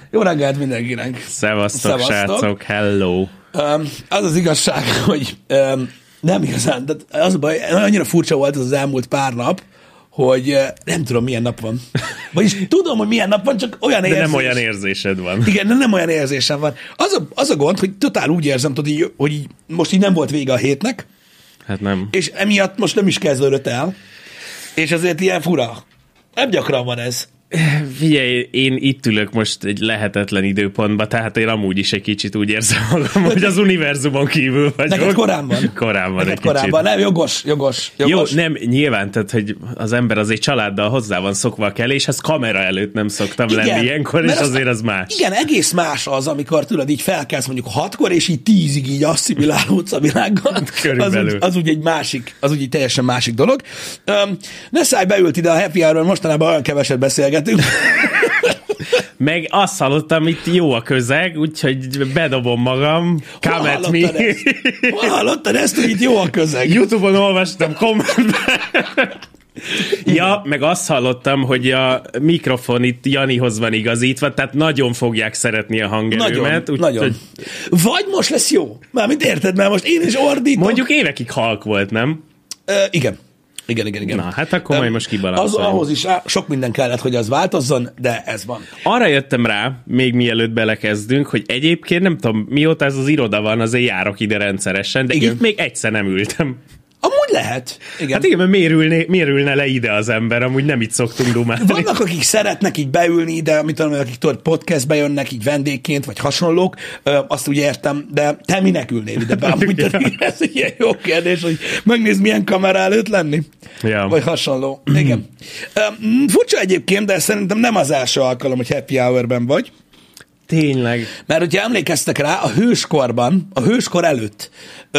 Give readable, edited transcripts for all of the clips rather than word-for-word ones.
Jó reggelt mindenkinek! Szevasztok, srácok, hello! Az az igazság, hogy nem igazán, de az a baj, annyira furcsa volt az elmúlt pár nap, hogy nem tudom, milyen nap van. Vagyis tudom, hogy milyen nap van, csak olyan érzés. De nem olyan érzésed van. Igen, de nem olyan érzésem van. Az a gond, hogy totál úgy érzem, tudod, hogy így, most így nem volt vége a hétnek. Hát nem. És emiatt most nem is kezdődött el. És azért ilyen fura. Nem gyakran van ez. Figyelj, én itt ülök most egy lehetetlen időpontban, tehát én amúgy is egy kicsit úgy érzem magam, hogy az univerzumon kívül vagyok. Neked korán van. Korán van egy korán kicsit. van. Nem, jogos. Jó, nem, nyilván, tehát, hogy az ember azért családdal hozzá van szokva a keléshez, kamera előtt nem szoktam lenni ilyenkor, és azért az más. Igen, egész más az, amikor tudod, így felkelsz mondjuk 6-kor, és így 10-ig így asszimilálódsz a világgal. Körülbelül. Az úgy egy másik, az úgy egy teljesen másik dolog. Neszáj beült ide a Happy Hour-ről, mostanában olyan keveset beszélgetünk. Meg azt hallottam, itt jó a közeg, úgyhogy bedobom magam. Come at me. Hol hallottad ezt, hogy itt jó a közeg? YouTube-on olvastam kommentben. Ja, meg azt hallottam, hogy a mikrofon itt Janihoz van igazítva, tehát nagyon fogják szeretni a hangerőmet. Nagyon. Vagy most lesz jó. Mármint érted, mert most én is ordítok. Mondjuk évekig halk volt, nem? Igen. Na, hát akkor majd most kibalanszoljuk. Ahhoz is sok minden kellett, hogy az változzon, de ez van. Arra jöttem rá, még mielőtt belekezdünk, hogy egyébként nem tudom, mióta ez az iroda van, azért járok ide rendszeresen, de igen. Itt még egyszer nem ültem. Amúgy lehet. Igen. Hát igen, mert miért ülne le ide az ember, amúgy nem itt szoktunk dumálni. Vannak, akik szeretnek így beülni ide, mit tudom, akik tudod, podcastbe jönnek így vendégként, vagy hasonlók, azt úgy értem, de te minek ülnél ide be? Amúgy ez egy ilyen jó kérdés, hogy megnézd, milyen kamera előtt lenni, vagy hasonló. Igen. Furcsa egyébként, de szerintem nem az első alkalom, hogy Happy Hour-ben vagy. Tényleg. Mert hogyha emlékeztek rá, a hőskorban, a hőskor előtt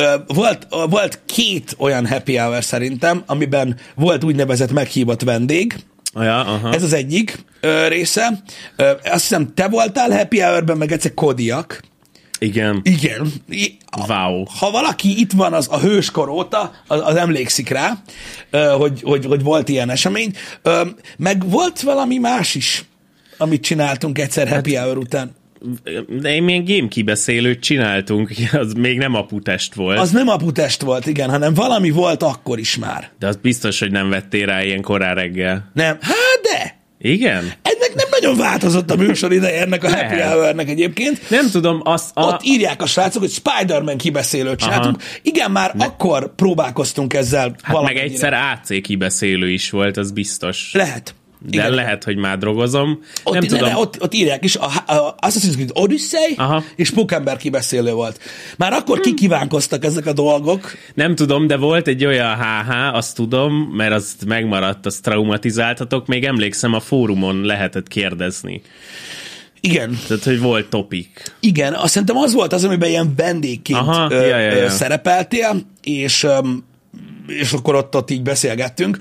volt két olyan happy hour szerintem, amiben volt úgynevezett meghívott vendég. Ja, aha. Ez az egyik része. Azt hiszem, te voltál happy hour-ben, meg egyszer Kodiak. Igen. Wow. Ha valaki itt van az a hőskor óta, az emlékszik rá, hogy volt ilyen esemény. Meg volt valami más is, amit csináltunk egyszer happy hour után. De én milyen game kibeszélőt csináltunk, az még nem aputest volt. Az nem aputest volt, igen, hanem valami volt akkor is már. De az biztos, hogy nem vettél rá ilyen korán reggel. Nem. Hát de! Igen? Ennek nem nagyon változott a műsor ideje ennek a Happy Hour-nek egyébként. Nem tudom, ott írják a srácok, hogy Spider-Man kibeszélőt csináltunk. Igen, már akkor próbálkoztunk ezzel valamennyire. Meg egyszer AC kibeszélő is volt, az biztos. Lehet. De igen, lehet, hogy már drogozom. Nem tudom. Ott írják is, Assassin's Creed Odyssey és Pókember kibeszélő volt. Már akkor kikívánkoztak ezek a dolgok. Nem tudom, de volt egy olyan azt tudom, mert azt megmaradt, azt traumatizáltatok. Még emlékszem, a fórumon lehetett kérdezni. Igen. Tehát, hogy volt topik. Igen, azt szerintem az volt az, amiben ilyen vendégként szerepeltél, és akkor ott így beszélgettünk.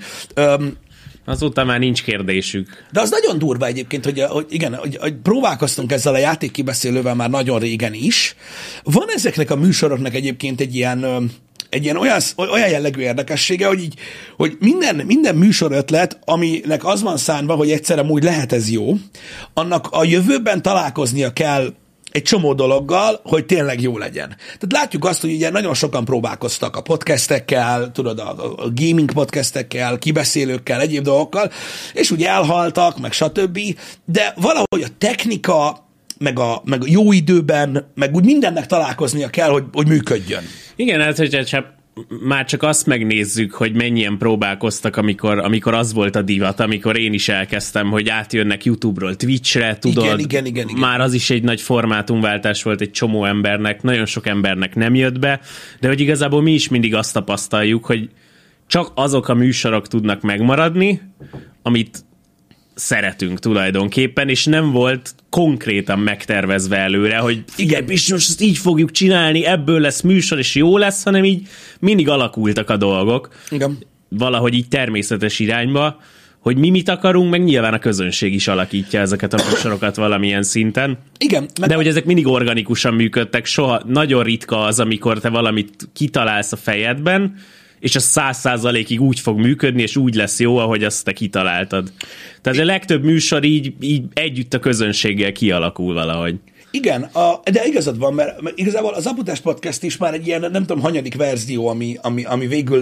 Azóta már nincs kérdésük. De az nagyon durva egyébként, hogy próbálkoztunk ezzel a játékkibeszélővel már nagyon régen is. Van ezeknek a műsoroknak egyébként egy ilyen olyan jellegű érdekessége, hogy minden műsorötlet, aminek az van szánva, hogy egyszerre úgy lehet ez jó, annak a jövőben találkoznia kell egy csomó dologgal, hogy tényleg jó legyen. Tehát látjuk azt, hogy ugye nagyon sokan próbálkoztak a podcastekkel, tudod, a gaming podcastekkel, kibeszélőkkel, egyéb dolgokkal, és úgy elhaltak, meg stb. De valahogy a technika, meg a jó időben, meg úgy mindennek találkoznia kell, hogy működjön. Igen, hát hogy már csak azt megnézzük, hogy mennyien próbálkoztak, amikor az volt a divat, amikor én is elkezdtem, hogy átjönnek YouTube-ról Twitch-re, tudod? Igen. Már az is egy nagy formátumváltás volt egy csomó embernek, nagyon sok embernek nem jött be, de hogy igazából mi is mindig azt tapasztaljuk, hogy csak azok a műsorok tudnak megmaradni, amit szeretünk tulajdonképpen, és nem volt konkrétan megtervezve előre, hogy igen, és most ezt így fogjuk csinálni, ebből lesz műsor, és jó lesz, hanem így mindig alakultak a dolgok. Igen. Valahogy így természetes irányba, hogy mi mit akarunk, meg nyilván a közönség is alakítja ezeket a műsorokat valamilyen szinten. Igen. De hogy ezek mindig organikusan működtek, soha nagyon ritka az, amikor te valamit kitalálsz a fejedben, és az 100%-ig úgy fog működni, és úgy lesz jó, ahogy azt te kitaláltad. Tehát a legtöbb műsor így együtt a közönséggel kialakul valahogy. Igen, de igazad van, mert igazából az Aputest Podcast is már egy ilyen, nem tudom, hanyadik verzió, ami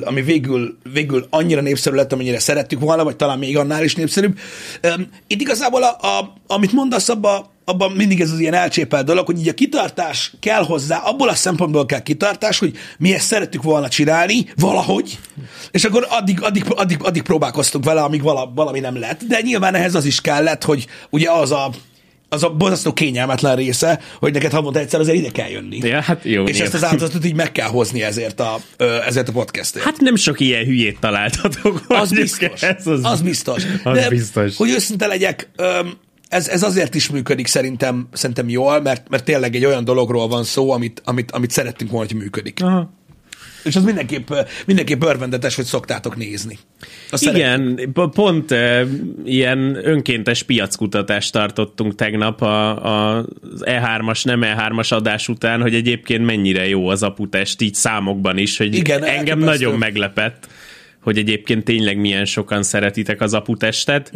végül annyira népszerű lett, amennyire szerettük volna, vagy talán még annál is népszerűbb. Itt igazából, amit mondasz, abban mindig ez az ilyen elcsépelt dolog, hogy így a kitartás kell hozzá, abból a szempontból kell kitartás, hogy mi ezt szerettük volna csinálni, valahogy, és akkor addig próbálkoztunk vele, amíg valami nem lett, de nyilván ehhez az is kellett, hogy ugye az a borzasztó kényelmetlen része, hogy neked havonta egyszer azért ide kell jönni. Ja, hát jó. És ezt az áldozatot így meg kell hozni ezért a podcastért. Hát nem sok ilyen hülyét találtatok. Az biztos. Az biztos. De, biztos. hogy őszinte legyek, ez azért is működik szerintem jól, mert tényleg egy olyan dologról van szó, amit szerettünk volna, hogy működik. Aha. És az mindenképp örvendetes, hogy szoktátok nézni. Igen, pont ilyen önkéntes piackutatást tartottunk tegnap az E3-as, nem E3-as adás után, hogy egyébként mennyire jó az Aputest, így számokban is, hogy igen, engem nagyon meglepett, hogy egyébként tényleg milyen sokan szeretitek az Aputestet.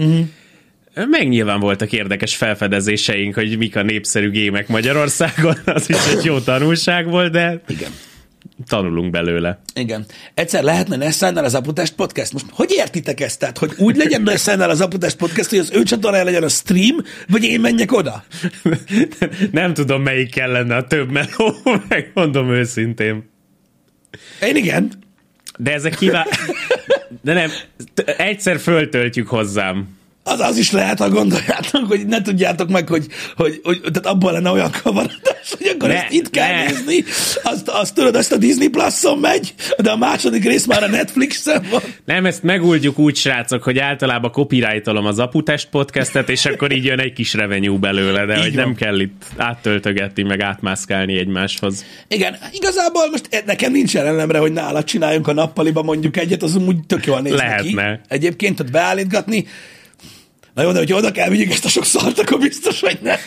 Meg nyilván voltak érdekes felfedezéseink, hogy mik a népszerű gémek Magyarországon, az is egy jó tanulság volt, de... Igen. Tanulunk belőle. Igen. Egyszer lehetne Nessánál az Aputest Podcast? Most hogy értitek ezt? Tehát, hogy úgy legyen Nessánál az Aputest Podcast, hogy az ő csatornája legyen a stream, vagy én menjek oda? Nem tudom, melyik kellene a több meló, megmondom őszintén. Én igen. De ezek De nem, egyszer föltöltjük hozzám. Az is lehet, ha gondoljátok, hogy ne tudjátok meg, hogy tehát abban lenne olyan kavarodás, hogy akkor ezt itt kell nézni. Azt tudod, ezt a Disney Plus-on megy, de a második rész már a Netflixen van. Nem, ezt megoldjuk úgy, srácok, hogy általában copyrightolom az Aputest podcastet, és akkor így jön egy kis revenue belőle, de hogy nem kell itt áttöltögetni, meg átmászkálni egymáshoz. Igen, igazából most nekem nincs ellenemre, hogy nálad csináljunk a nappaliba mondjuk egyet, az úgy tök jól néz neki. Egyébként tudod beállítgatni. Na jó, de hogyha oda kell vigyük ezt a sok szart, akkor biztos, hogy nem.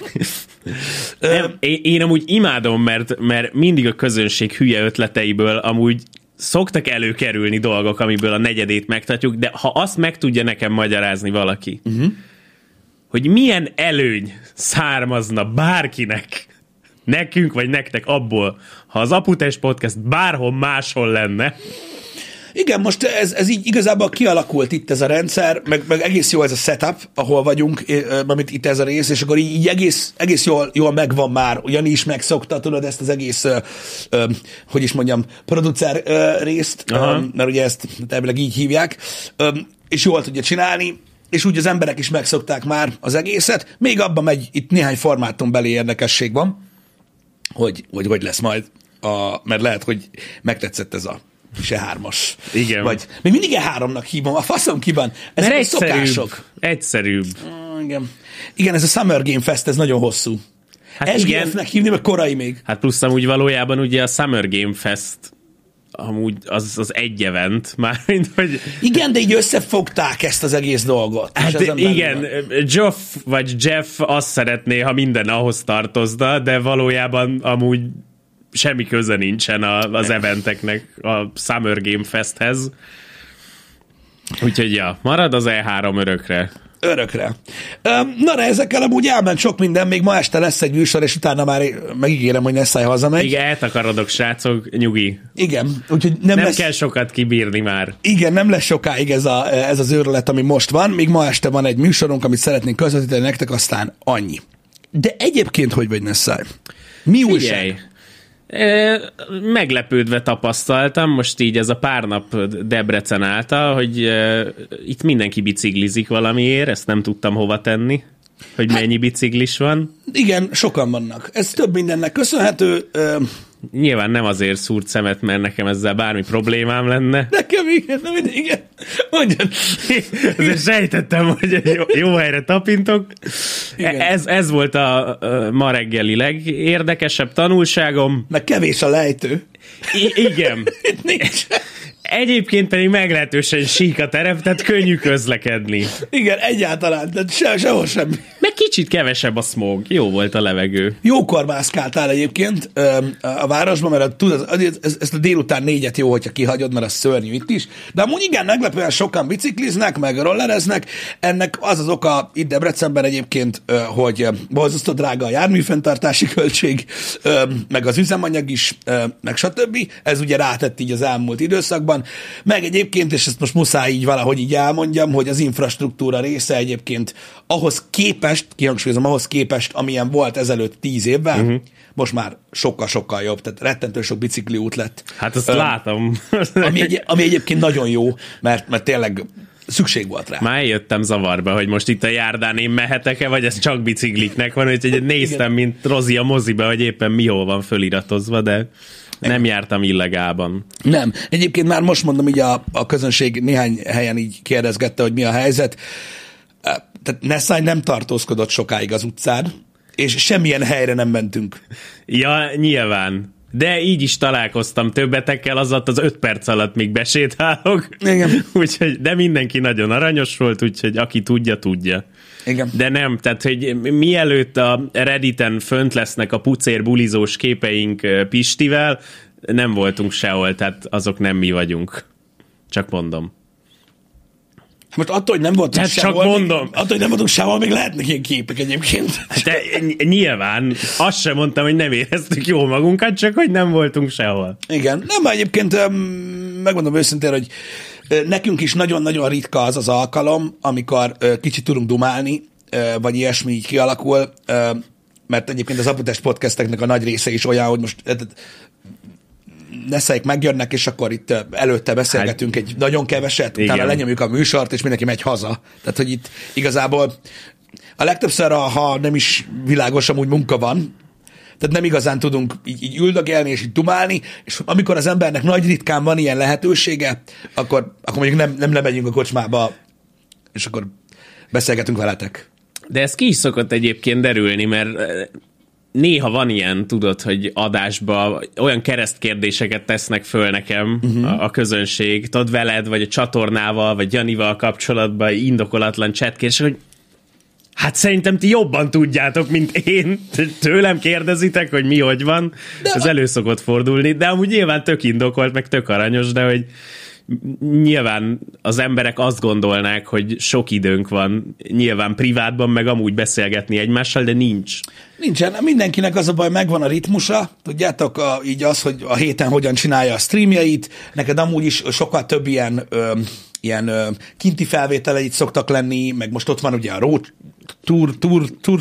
Én amúgy imádom, mert mindig a közönség hülye ötleteiből amúgy szoktak előkerülni dolgok, amiből a negyedét megtartjuk, de ha azt meg tudja nekem magyarázni valaki, hogy milyen előny származna bárkinek, nekünk vagy nektek abból, ha az Aputest Podcast bárhol máshol lenne. Igen, most ez így igazából kialakult itt ez a rendszer, meg egész jó ez a setup, ahol vagyunk, amit itt ez a rész, és akkor így egész jól megvan már, Jani is megszokta, tudod, ezt az egész, hogy is mondjam, producer részt, mert ugye ezt elvileg így hívják, és jól tudja csinálni, és úgy az emberek is megszokták már az egészet, még abban megy, itt néhány formátumbeli érdekesség van, hogy lesz majd, mert lehet, hogy megtetszett ez a E3-as. Igen. Vagy még mindig E3-nak hívom, a faszom kiban. Ezek a szokások. Egyszerűbb. Igen, ez a Summer Game Fest, ez nagyon hosszú. Hát SGF-nek hívni, meg korai még. Hát plusz amúgy valójában ugye a Summer Game Fest amúgy az egy event már, mint hogy... Igen, de így összefogták ezt az egész dolgot. Hát igen, Jeff azt szeretné, ha minden ahhoz tartozna, de valójában amúgy semmi köze nincsen az eventeknek a Summer Game Festhez. Úgyhogy ja, marad az E3 örökre. Örökre. Na de ezekkel amúgy elment sok minden, még ma este lesz egy műsor, és utána már megígérem, hogy Nessai hazamegy. Igen, eltakarodok, srácok, nyugi. Igen, úgyhogy nem kell sokat kibírni már. Igen, nem lesz sokáig ez az őrület, ami most van, még ma este van egy műsorunk, amit szeretnénk közvetíteni nektek, aztán annyi. De egyébként hogy vagy, Nessai? Mi újság? Meglepődve tapasztaltam, most így ez a pár nap Debrecen által, hogy itt mindenki biciklizik valamiért, ezt nem tudtam hova tenni, hogy mennyi biciklis van. Igen, sokan vannak. Ez több mindennek köszönhető. Nyilván nem azért szúrt szemet, mert nekem ezzel bármi problémám lenne. Nekem igen. Mondjad. Azért sejtettem, hogy jó helyre tapintok. Ez volt a ma reggeli legérdekesebb tanulságom. Meg kevés a lejtő. Igen. Nincs. Egyébként pedig meglehetősen sík a terep, tehát könnyű közlekedni. Igen, egyáltalán, tehát sehol semmi. Meg kicsit kevesebb a smog. Jó volt a levegő. Jókor mászkáltál egyébként a városban, mert tudod, ezt a délután 4-et jó, hogyha kihagyod, mert az szörnyű itt is. De amúgy igen, meglepően sokan bicikliznek, meg rollereznek. Ennek az az oka itt Debrecenben egyébként, hogy borzasztó drága a járműfenntartási költség, meg az üzemanyag is, meg stb. Ez ugye rátett így az elmúlt időszakban. Meg egyébként, és ezt most muszáj így valahogy így elmondjam, hogy az infrastruktúra része egyébként ahhoz képest, kihangsúlyozom, ahhoz képest, amilyen volt ezelőtt 10 évvel, most már sokkal-sokkal jobb, tehát rettentő sok bicikliút lett. Hát azt látom. Ami egyébként nagyon jó, mert tényleg szükség volt rá. Már jöttem zavarba, hogy most itt a járdán én mehetek-e, vagy ez csak bicikliknek van, úgyhogy néztem, mint Rozi a moziba, hogy éppen mi hol van föliratozva, de nem jártam illegálban. Nem. Egyébként már most mondom, így a közönség néhány helyen így kérdezgette, hogy mi a helyzet. Tehát Nessai nem tartózkodott sokáig az utcán, és semmilyen helyre nem mentünk. Ja, nyilván. De így is találkoztam többetekkel, az alatt az 5 perc alatt még besétálok. Igen. Úgyhogy, de mindenki nagyon aranyos volt, úgyhogy aki tudja, tudja. Igen. De nem, tehát, hogy mielőtt a Redditen fönt lesznek a pucér bulizós képeink Pistivel, nem voltunk sehol, tehát azok nem mi vagyunk. Csak mondom. Most attól, hogy nem voltunk sehol, csak mondom. Attól, hogy nem voltunk sehol, még lehetnek ilyen képek egyébként. De nyilván, azt sem mondtam, hogy nem éreztük jól magunkat, csak hogy nem voltunk sehol. Igen, nem, egyébként megmondom őszintén, hogy nekünk is nagyon-nagyon ritka az az alkalom, amikor kicsit tudunk dumálni, vagy ilyesmi így kialakul, mert egyébként az Aputest podcasteknek a nagy része is olyan, hogy most Nesszeik megjönnek, és akkor itt előtte beszélgetünk egy nagyon keveset, utána igen, lenyomjuk a műsort, és mindenki megy haza. Tehát, hogy itt igazából a legtöbbször, ha nem is világos, amúgy munka van, tehát nem igazán tudunk így üldögélni és így dumálni, és amikor az embernek nagy ritkán van ilyen lehetősége, akkor mondjuk nem lemegyünk a kocsmába, és akkor beszélgetünk veletek. De ez ki is szokott egyébként derülni, mert néha van ilyen, tudod, hogy adásba olyan keresztkérdéseket tesznek föl nekem a közönség, tudod, veled, vagy a csatornával, vagy Janival kapcsolatban indokolatlan chatkérdések, hogy hát szerintem ti jobban tudjátok, mint én. Tőlem kérdezitek, hogy mi hogy van. Ez elő szokott fordulni, de amúgy nyilván tök indokolt, meg tök aranyos, de hogy nyilván az emberek azt gondolnák, hogy sok időnk van nyilván privátban, meg amúgy beszélgetni egymással, de nincs. Nincsen. Mindenkinek az a baj, megvan a ritmusa. Tudjátok, így az, hogy a héten hogyan csinálja a streamjeit. Neked amúgy is sokkal több ilyen kinti felvételeit szoktak lenni, meg most ott van ugye a Tour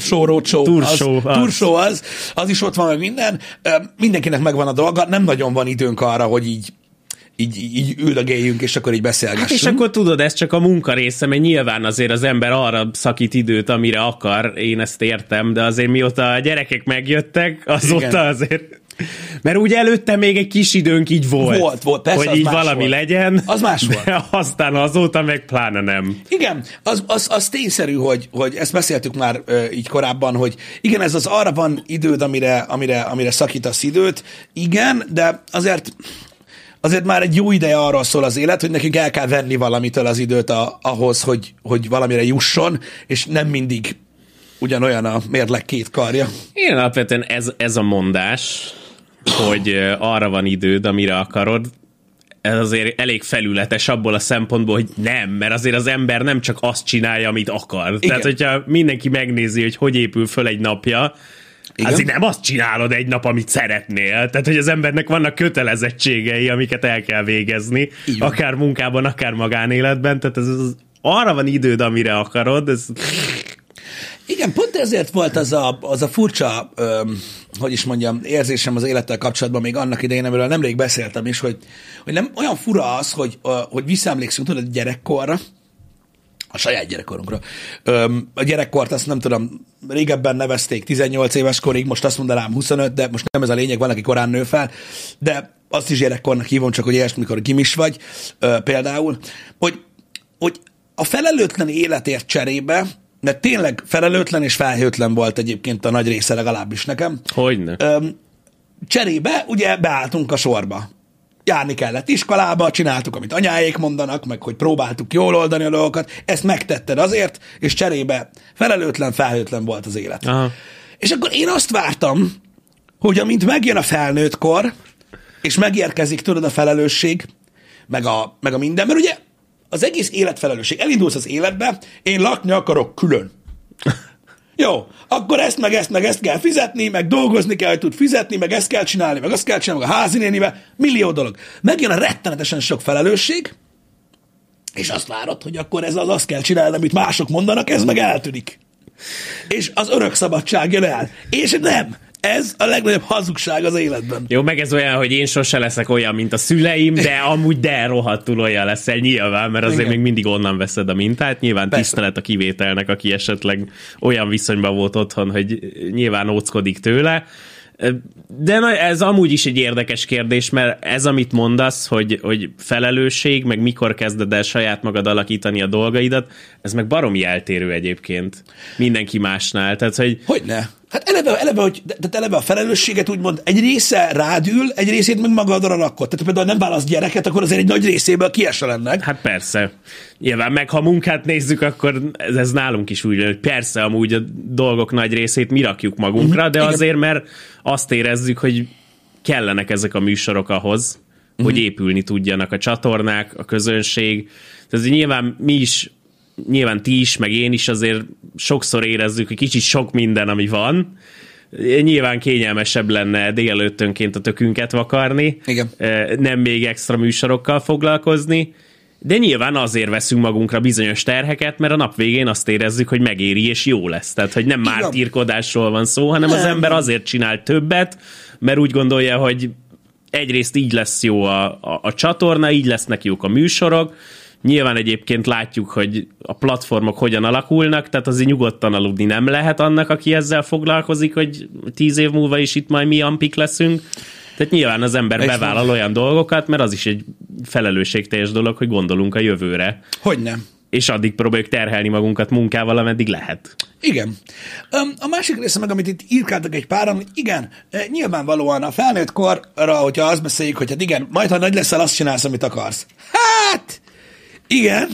show az is ott van, meg minden. Mindenkinek megvan a dolga, nem nagyon van időnk arra, hogy így üldögéljünk, és akkor így beszélgessünk. Hát és akkor tudod, ez csak a munka része, mert nyilván azért az ember arra szakít időt, amire akar, én ezt értem, de azért mióta a gyerekek megjöttek, azóta igen, azért... Mert úgy előtte még egy kis időnk így volt persze, hogy így valami volt, legyen. Az más volt. De aztán azóta meg pláne nem. Igen, az tényszerű, hogy ezt beszéltük már így korábban, hogy igen, ez az arra van időd, amire szakítasz időt, igen, de azért már egy jó ideje arról szól az élet, hogy nekünk el kell venni valamitől az időt ahhoz, hogy valamire jusson, és nem mindig ugyanolyan a mérleg két karja. Igen, alapvetően ez a mondás, hogy arra van időd, amire akarod, ez azért elég felületes abból a szempontból, hogy nem, mert azért az ember nem csak azt csinálja, amit akar. Igen. Tehát, hogyha mindenki megnézi, hogy épül föl egy napja, igen, azért nem azt csinálod egy nap, amit szeretnél. Tehát, hogy az embernek vannak kötelezettségei, amiket el kell végezni, igen, akár munkában, akár magánéletben. Tehát arra van időd, amire akarod. Igen, pont ezért volt az a furcsa, hogy is mondjam, érzésem az élettel kapcsolatban még annak idején, amiről nemrég beszéltem is, hogy nem olyan fura az, hogy visszaemlékszünk, tudod, a gyerekkorra, a saját gyerekkorunkra. A gyerekkort azt nem tudom, régebben nevezték 18 éves korig, most azt mondanám 25, de most nem ez a lényeg, van, aki korán nő fel, de azt is gyerekkornak hívom, csak hogy értsd, mikor gimis vagy, például, hogy a felelőtlen életért cserébe, de tényleg felelőtlen és felhőtlen volt egyébként a nagy része legalábbis nekem. Hogyne. Cserébe ugye beálltunk a sorba. járni kellett iskolába, csináltuk, amit anyáék mondanak, meg hogy próbáltuk jól oldani a dolgokat, ezt megtetted azért, és cserébe felelőtlen volt az élet. Aha. És akkor én azt vártam, hogy amint megjön a felnőttkor, és megérkezik, tudod, a felelősség, meg a minden, mert ugye az egész életfelelősség. Elindulsz az életbe, én lakni akarok külön. Jó, akkor ezt kell fizetni, meg dolgozni kell, hogy tud fizetni, meg ezt kell csinálni, meg azt kell csinálni, meg a házinénivel, millió dolog. Megjön a rettenetesen sok felelősség, és azt várod, hogy akkor ez azt kell csinálni, amit mások mondanak, ez meg eltűnik. És az örök szabadság jön el. És nem. Ez a legnagyobb hazugság az életben. Jó, meg ez olyan, hogy én sose leszek olyan, mint a szüleim, de amúgy rohadtul olyan leszel nyilván, mert azért még mindig onnan veszed a mintát. Nyilván persze. Tisztelet a kivételnek, aki esetleg olyan viszonyban volt otthon, hogy nyilván óckodik tőle. De ez amúgy is egy érdekes kérdés, mert ez, amit mondasz, hogy felelősség, meg mikor kezded el saját magad alakítani a dolgaidat, ez meg baromi eltérő egyébként mindenki másnál. Tehát, Hogyne? Hát eleve a felelősséget úgymond egy része rád ül, egy részét meg magadra rakod. Tehát például nem választ gyereket, akkor azért egy nagy részéből kiesel ennek. Hát persze. Nyilván meg ha munkát nézzük, akkor ez nálunk is úgy, hogy persze amúgy a dolgok nagy részét mi rakjuk magunkra, de azért, mert azt érezzük, hogy kellenek ezek a műsorok ahhoz, hogy épülni tudjanak a csatornák, a közönség. Tehát nyilván ti is, meg én is azért sokszor érezzük, hogy kicsit sok minden, ami van. Nyilván kényelmesebb lenne délelőttönként a tökünket vakarni, igen. Nem még extra műsorokkal foglalkozni, de nyilván azért veszünk magunkra bizonyos terheket, mert a nap végén azt érezzük, hogy megéri és jó lesz. Tehát, hogy nem mártírkodásról van szó, hanem az ember azért csinál többet, mert úgy gondolja, hogy egyrészt így lesz jó a csatorna, így lesznek jók a műsorok. Nyilván egyébként látjuk, hogy a platformok hogyan alakulnak, tehát azért nyugodtan aludni nem lehet annak, aki ezzel foglalkozik, hogy 10 év múlva is itt majd mi ampik leszünk. Tehát nyilván az ember bevállal olyan dolgokat, mert az is egy felelősségteljes dolog, hogy gondolunk a jövőre. Hogyne. És addig próbáljuk terhelni magunkat munkával, ameddig lehet. Igen. A másik része meg, amit itt írkáltak egy páran, hogy igen, nyilvánvalóan a felnőtt korra, hogyha azt beszéljük, hogy hát igen, majd ha nagy leszel, azt csinálsz, amit akarsz. Hát, igen.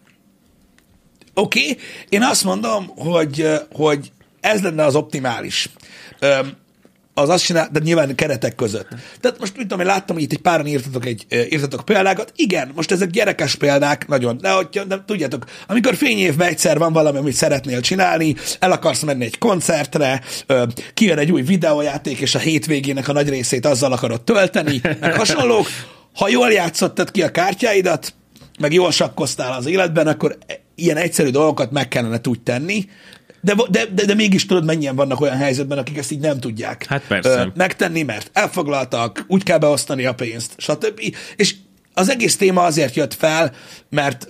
Oké. Én azt mondom, hogy ez lenne az optimális. Az azt csinál, de nyilván keretek között. Tehát most, mit tudom, én láttam, hogy itt egy páran írtatok példákat. Igen, most ezek gyerekes példák, nagyon. De tudjátok, amikor fényévben egyszer van valami, amit szeretnél csinálni, el akarsz menni egy koncertre, kijön egy új videójáték, és a hétvégének a nagy részét azzal akarod tölteni, meg hasonlók. Ha jól játszottad ki a kártyáidat, meg jól sakkoztál az életben, akkor ilyen egyszerű dolgokat meg kellene úgy tenni, de mégis tudod, mennyien vannak olyan helyzetben, akik ezt így nem tudják megtenni, mert elfoglaltak, úgy kell beosztani a pénzt, stb. És az egész téma azért jött fel, mert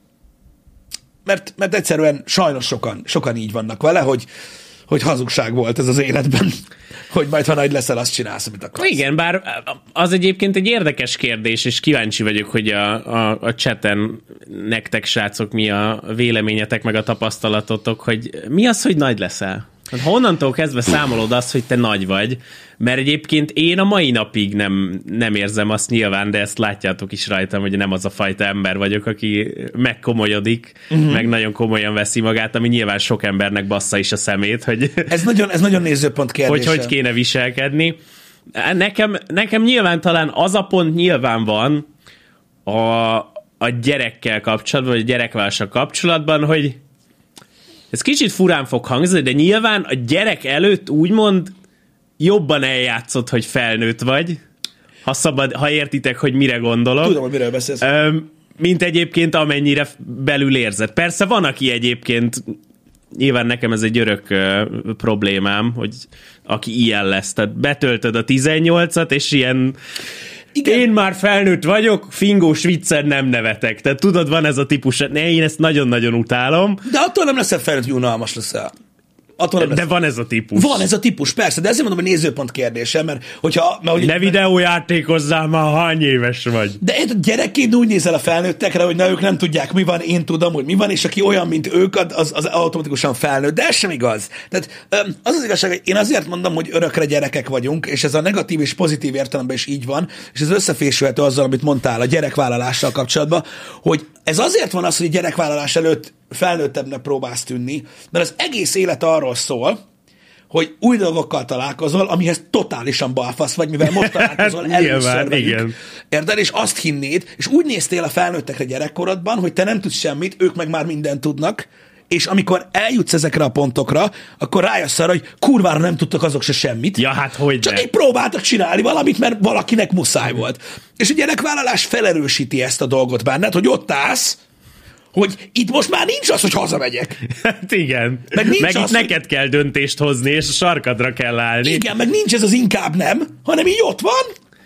egyszerűen sajnos sokan így vannak vele, hogy hazugság volt ez az életben, hogy majd ha nagy leszel, azt csinálsz, amit akarsz. Igen, bár az egyébként egy érdekes kérdés, és kíváncsi vagyok, hogy a chaten nektek, srácok, mi a véleményetek, meg a tapasztalatotok, hogy mi az, hogy nagy leszel? Honnantól kezdve számolod azt, hogy te nagy vagy? Mert egyébként én a mai napig nem érzem azt nyilván, de ezt látjátok is rajtam, hogy nem az a fajta ember vagyok, aki megkomolyodik, meg nagyon komolyan veszi magát, ami nyilván sok embernek bassza is a szemét, hogy ez nagyon nézőpont kérdése. Hogy kéne viselkedni. Nekem nyilván talán az a pont nyilván van a gyerekkel kapcsolatban, vagy a gyerekvárossal kapcsolatban, hogy ez kicsit furán fog hangzni, de nyilván a gyerek előtt úgymond jobban eljátszott, hogy felnőtt vagy, ha értitek, hogy mire gondolok. Tudom, hogy miről beszélsz. Mint egyébként amennyire belül érzed. Persze van, aki egyébként, nyilván nekem ez egy örök problémám, hogy aki ilyen lesz. Tehát betöltöd a 18-at, és ilyen igen. Én már felnőtt vagyok, fingós viccen nem nevetek. Tehát tudod, van ez a típus, én ezt nagyon-nagyon utálom. De attól nem leszel felnőtt, hogy unalmas leszel. De van ez a típus. Van ez a típus, persze, de ezért mondom, hogy nézőpont kérdése, mert hogy ne videójátékozzál, már hány éves vagy. De gyerekként úgy nézel a felnőttekre, hogy na, ők nem tudják, mi van, én tudom, hogy mi van, és aki olyan, mint ők, az automatikusan felnőtt, de ez sem igaz. Tehát az igazság, hogy én azért mondom, hogy örökre gyerekek vagyunk, és ez a negatív és pozitív értelemben is így van, és ez összefésülhető azzal, amit mondtál a gyerekvállalással kapcsolatban, hogy ez azért van az, hogy a gyerekvállalás előtt felnőttebbnek próbálsz tűnni, mert az egész élet arról szól, hogy új dolgokkal találkozol, amihez totálisan balfasz vagy, mivel most találkozol először velük. Érted? És azt hinnéd, és úgy néztél a felnőttekre gyerekkorodban, hogy te nem tudsz semmit, ők meg már mindent tudnak, és amikor eljutsz ezekre a pontokra, akkor rájössz arra, hogy kurvára nem tudtak azok se semmit. Ja, hát hogy csak így próbáltak csinálni valamit, mert valakinek muszáj volt. És a gyerekvállalás felerősíti ezt a dolgot benned, hogy ott állsz, hogy itt most már nincs az, hogy hazamegyek. Hát igen. Meg itt az, neked kell döntést hozni, és a sarkadra kell állni. Igen, meg nincs ez az inkább nem, hanem így ott van,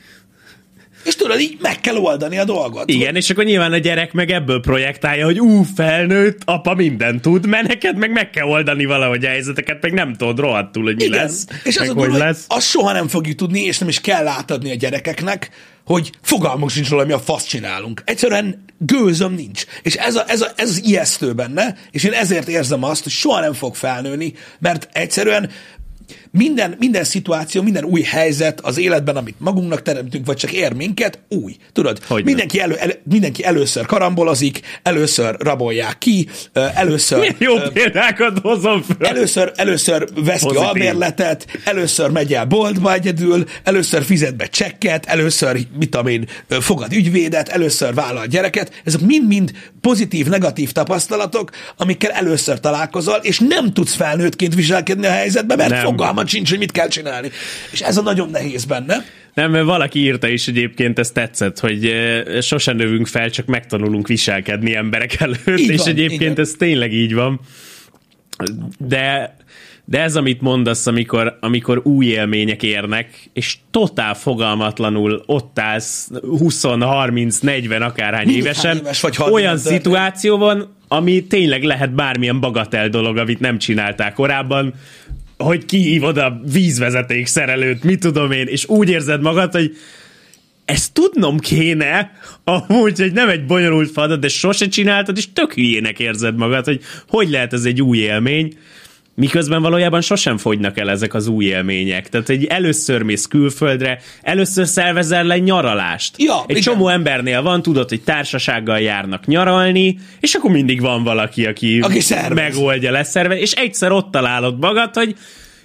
és tudod, így meg kell oldani a dolgot. Igen, és akkor nyilván a gyerek meg ebből projektálja, hogy felnőtt, apa mindent tud, mert neked meg kell oldani valahogy a helyzeteket, meg nem tudod rohadtul, hogy mi lesz. És az a dolog, hogy azt soha nem fogjuk tudni, és nem is kell átadni a gyerekeknek, hogy fogalmunk sincs róla, mi a fasz csinálunk. Egyszerűen gőzöm nincs. És ez az ijesztő benne, és én ezért érzem azt, hogy soha nem fog felnőni, mert egyszerűen minden szituáció, minden új helyzet az életben, amit magunknak teremtünk, vagy csak ér minket, új. Tudod, mindenki először karambolozik, először rabolják ki, először... Milyen jó példákat hozom fel. Először vesz ki albérletet, először megy el boltba egyedül, először fizet be csekket, először, fogad ügyvédet, először vállal gyereket. Ezek mind-mind pozitív, negatív tapasztalatok, amikkel először találkozol, és nem tudsz felnőttként viselkedni a helyzetben, mert fogalmat sincs, hogy mit kell csinálni. És ez a nagyon nehéz benne. Nem, mert valaki írta is egyébként, ez tetszett, hogy sosem növünk fel, csak megtanulunk viselkedni emberek előtt, így és van, egyébként ez tényleg így van. De ez, amit mondasz, amikor új élmények érnek, és totál fogalmatlanul ott állsz 20, 30, 40 akárhány évesen, éves vagy olyan szituáció van, ami tényleg lehet bármilyen bagatel dolog, amit nem csináltál korábban, hogy kihívod a vízvezeték szerelőt, mit tudom én, és úgy érzed magad, hogy ezt tudnom kéne, amúgy, hogy nem egy bonyolult feladat, de sose csináltad, és tök hülyének érzed magad, hogy lehet ez egy új élmény, miközben valójában sosem fogynak el ezek az új élmények. Tehát, hogy először mész külföldre, először szervezel le nyaralást. Ja, egy csomó embernél van, tudod, hogy társasággal járnak nyaralni, és akkor mindig van valaki, aki megoldja, leszervez, és egyszer ott találod magad, hogy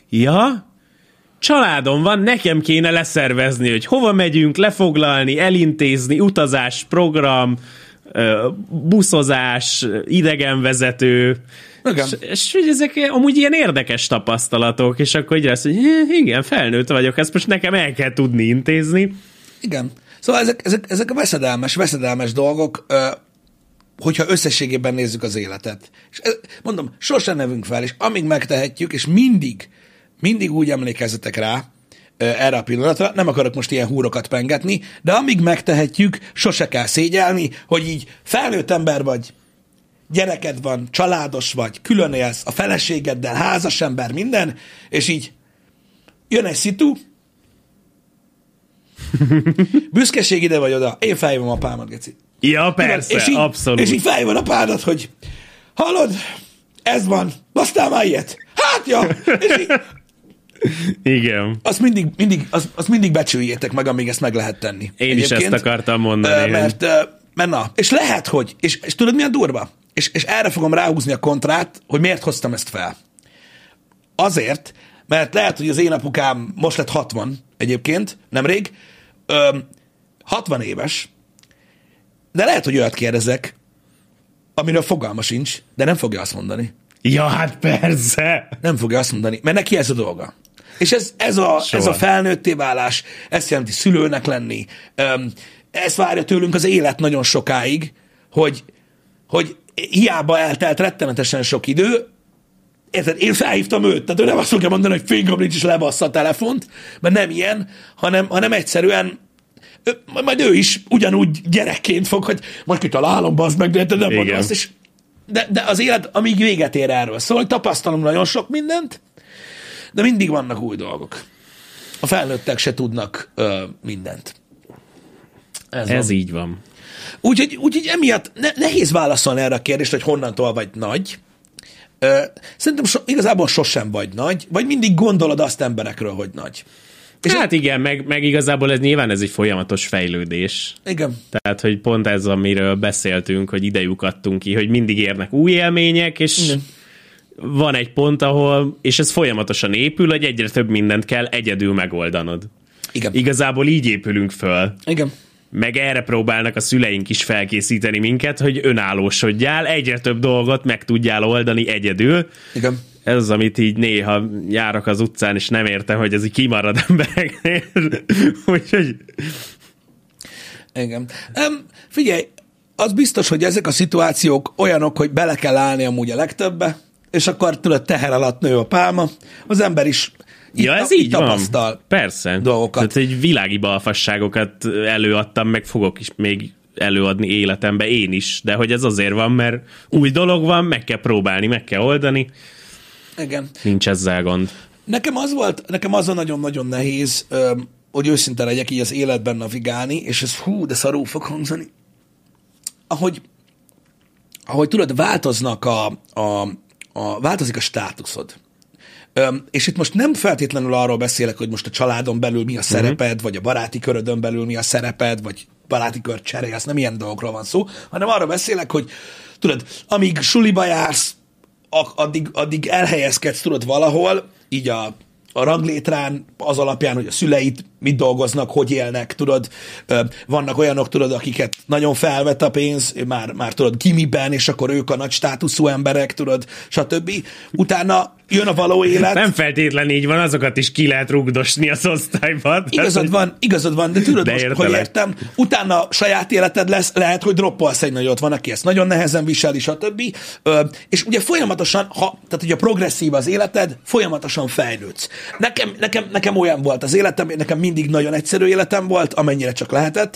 családom van, nekem kéne leszervezni, hogy hova megyünk, lefoglalni, elintézni, utazás, program, buszozás, idegenvezető, és ezek amúgy ilyen érdekes tapasztalatok, és akkor így lesz, hogy igen, felnőtt vagyok, ezt most nekem el kell tudni intézni. Igen. Szóval ezek a veszedelmes dolgok, hogyha összességében nézzük az életet. És mondom, sosem nevünk fel, és amíg megtehetjük, és mindig úgy emlékezzetek rá, erre a pillanatra, nem akarok most ilyen húrokat pengetni, de amíg megtehetjük, sose kell szégyelni, hogy így felnőtt ember vagy, gyereked van, családos vagy, külön élsz, a feleségeddel, házas ember, minden, és így jön egy szitu, büszkeség ide vagy oda, én felhívom apámat, geci. Ja, persze, és így, abszolút. És így felhívom apádat, hogy hallod, ez van, basztál már ilyet? Hát ja, és így, igen. Azt mindig becsüljétek meg, amíg ezt meg lehet tenni. Én is ezt akartam mondani. Mert na, és lehet, hogy, és tudod milyen durva? És erre fogom ráhúzni a kontrát, hogy miért hoztam ezt fel. Azért, mert lehet, hogy az én apukám most lett 60 egyébként, nemrég, 60 éves, de lehet, hogy olyat kérdezek, amiről fogalma sincs, de nem fogja azt mondani. Ja, hát persze. Nem fogja azt mondani, mert neki ez a dolga. És ez a felnőtté válás, ezt jelenti szülőnek lenni, ezt várja tőlünk az élet nagyon sokáig, hogy hiába eltelt rettenetesen sok idő, érted, én felhívtam őt, tehát ő nem azt fogja mondani, hogy fingomlincs is lebassza a telefont, mert nem ilyen, hanem egyszerűen majd ő is ugyanúgy gyerekként fog, hogy majd kitalálom, bazd meg, de nem mondom azt, és de az élet, amíg véget ér, erről szól, tapasztalunk nagyon sok mindent, de mindig vannak új dolgok. A felnőttek se tudnak mindent. Ez így van. Úgyhogy emiatt nehéz válaszolni erre a kérdést, hogy honnantól vagy nagy. Szerintem igazából sosem vagy nagy, vagy mindig gondolod azt emberekről, hogy nagy. És hát igen, meg igazából nyilván ez egy folyamatos fejlődés. Igen. Tehát, hogy pont ez, amiről beszéltünk, hogy ide lyukadtunk ki, hogy mindig érnek új élmények, és igen. Van egy pont, ahol, és ez folyamatosan épül, hogy egyre több mindent kell egyedül megoldanod. Igen. Igazából így épülünk föl. Igen. Meg erre próbálnak a szüleink is felkészíteni minket, hogy önállósodjál, egyre több dolgot meg tudjál oldani egyedül. Igen. Ez az, amit így néha járok az utcán, és nem értem, hogy ez így kimarad embereknél. Úgyhogy... Igen. Figyelj, az biztos, hogy ezek a szituációk olyanok, hogy bele kell állni amúgy a legtöbbbe, és akkor tudod, teher alatt nő a pálma. Az ember is ez így tapasztal van. Persze. Dolgokat. Tehát egy világi balfasságokat előadtam, meg fogok is még előadni életembe én is, de hogy ez azért van, mert új dolog van, meg kell próbálni, meg kell oldani. Igen. Nincs ezzel gond. Nekem az a nagyon-nagyon nehéz, hogy őszinte legyek így az életben navigálni, és ez de szarul fog hangzani. Ahogy tudod, változik a státuszod. És itt most nem feltétlenül arról beszélek, hogy most a családon belül mi a szereped, vagy a baráti körödön belül mi a szereped, vagy baráti kört cserélsz, nem ilyen dolgokról van szó, hanem arról beszélek, hogy tudod, amíg suliba jársz, addig elhelyezkedsz, tudod, valahol, így a ranglétrán, az alapján, hogy a szüleid mit dolgoznak, hogy élnek, tudod, vannak olyanok, tudod, akiket nagyon felvett a pénz, már tudod, gimiben, és akkor ők a nagy státuszú emberek, tudod, stb. Utána jön a való élet. Nem feltétlenül így van, azokat is ki lehet rugdosni az osztályban. Igazad van, de tudod most, hogy értem, utána saját életed lesz, lehet, hogy droppolsz egy nagyot, van, aki ezt nagyon nehezen viseli, stb. És ugye folyamatosan, tehát ugye progresszív az életed, folyamatosan fejlődsz. Nekem olyan volt az életem, nekem mindig nagyon egyszerű életem volt, amennyire csak lehetett,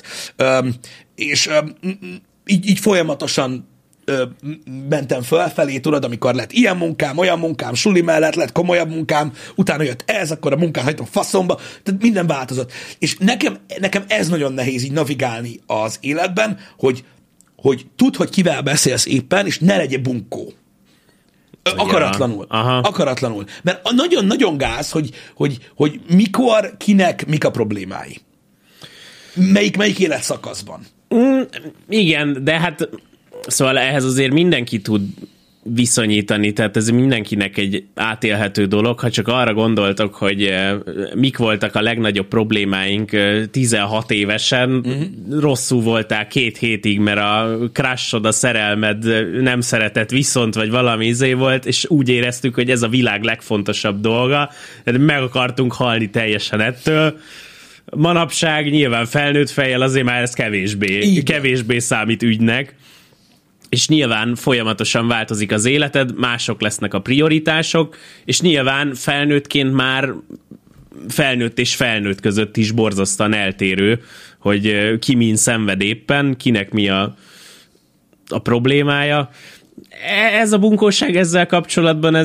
és így folyamatosan mentem fölfelé, tudod, amikor lett ilyen munkám, olyan munkám, suli mellett lett komolyabb munkám, utána jött ez, akkor a munkát hagytam faszomba, tehát minden változott. És nekem ez nagyon nehéz így navigálni az életben, hogy tudd, hogy kivel beszélsz éppen, és ne legyél bunkó. Akaratlanul. Akaratlanul. Mert nagyon-nagyon gáz, hogy mikor, kinek, mik a problémái. Melyik életszakaszban. Igen, de hát szóval ehhez azért mindenki tud viszonyítani, tehát ez mindenkinek egy átélhető dolog, ha csak arra gondoltok, hogy mik voltak a legnagyobb problémáink 16 évesen, rosszul voltál 2 hétig, mert a crushod, a szerelmed nem szeretett viszont, vagy valami volt, és úgy éreztük, hogy ez a világ legfontosabb dolga, meg akartunk halni teljesen Manapság nyilván felnőtt fejjel azért már ez kevésbé számít ügynek, és nyilván folyamatosan változik az életed, mások lesznek a prioritások, és nyilván felnőttként már felnőtt és felnőtt között is borzasztóan eltérő, hogy ki min szenved éppen, kinek mi a problémája. Ez a bunkóság ezzel kapcsolatban,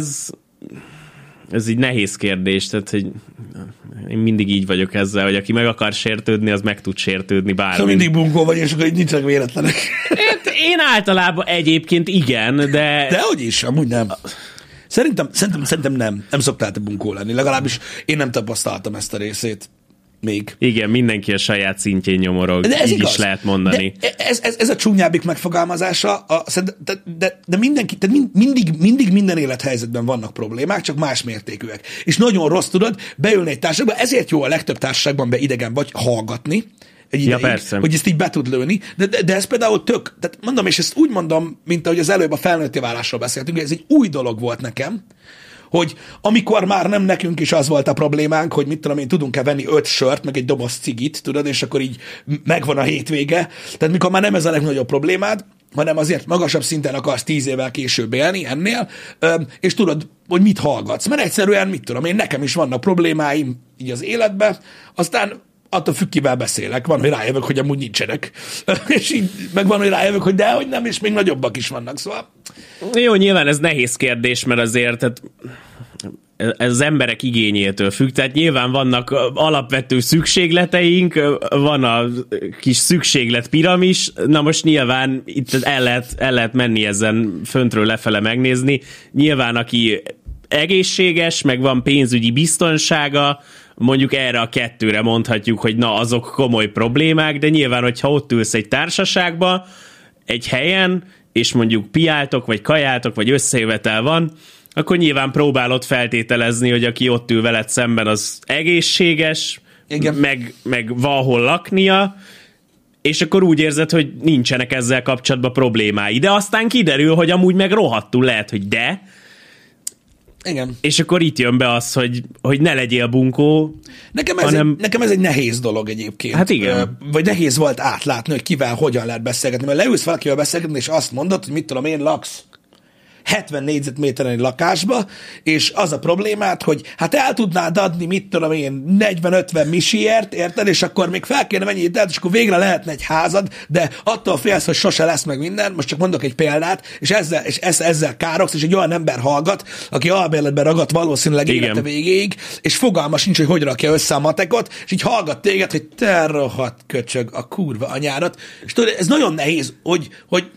ez így nehéz kérdés, tehát hogy én mindig így vagyok ezzel, hogy aki meg akar sértődni, az meg tud sértődni bármi. Szóval mindig bunkó vagy, és akkor így nincsenek véletlenek. Én általában egyébként igen, de... Dehogy is, amúgy nem. Szerintem nem. Nem szoktál te bunkó lenni. Legalábbis én nem tapasztaltam ezt a részét. Még. Igen, mindenki a saját szintjén nyomorog. De ez így igaz. Is lehet mondani. De ez a csúnyábbik megfogalmazása, de mindenki, tehát mindig minden élethelyzetben vannak problémák, csak más mértékűek. És nagyon rossz, tudod, beülni egy társaságba, ezért jó a legtöbb társaságban, be idegen vagy, hallgatni, egy ideig, hogy ezt így be tud lőni, de ez például tehát mondom, és ezt úgy mondom, mint ahogy az előbb a felnőtté válásról beszéltünk, hogy ez egy új dolog volt nekem, hogy amikor már nem nekünk is az volt a problémánk, hogy mit tudom én, tudunk-e venni 5 sört, meg egy doboz cigit, tudod, és akkor így megvan a hétvége. Tehát mikor már nem ez a legnagyobb problémád, hanem azért magasabb szinten akarsz 10 évvel később élni ennél, és tudod, hogy mit hallgatsz. Mert egyszerűen, mit tudom én, nekem is vannak problémáim így az életben, aztán attól függ, kivel beszélek. Van, hogy rájövök, hogy amúgy nincsenek. És így meg van, hogy rájövök, hogy dehogy nem, és még nagyobbak is vannak, szóval. Jó, nyilván ez nehéz kérdés, mert azért tehát ez az emberek igényétől függ, tehát nyilván vannak alapvető szükségleteink, van a kis szükséglet piramis, na most nyilván itt el lehet menni ezen föntről lefele megnézni. Nyilván aki egészséges, meg van pénzügyi biztonsága, mondjuk erre a kettőre mondhatjuk, hogy na, azok komoly problémák, de nyilván, hogyha ott ülsz egy társaságba, egy helyen, és mondjuk piáltok, vagy kajáltok, vagy összejövetel van, akkor nyilván próbálod feltételezni, hogy aki ott ül veled szemben, az egészséges, meg van hol laknia, és akkor úgy érzed, hogy nincsenek ezzel kapcsolatban problémái. De aztán kiderül, hogy amúgy meg rohadtul lehet, hogy de. Igen. És akkor itt jön be az, hogy ne legyél bunkó. Nekem ez egy nehéz dolog egyébként. Hát igen. Vagy nehéz volt átlátni, hogy kivel hogyan lehet beszélgetni. Mert leülsz valakivel beszélgetni, és azt mondod, hogy mit tudom én, laksz 70 négyzetméteren egy lakásba, és az a problémát, hogy hát el tudnád adni, mit tudom én, 40-50 misiért, érted, és akkor még fel kéne mennyi időt, és akkor végre lehetne egy házad, de attól félsz, hogy sose lesz meg minden, most csak mondok egy példát, és ezzel károgsz, és egy olyan ember hallgat, aki albérletben ragadt valószínűleg élete végéig, és fogalma sincs, hogy rakja össze a matekot, és így hallgat téged, hogy te rohadt köcsög a kurva anyárat, és tudod, ez nagyon nehéz, hogy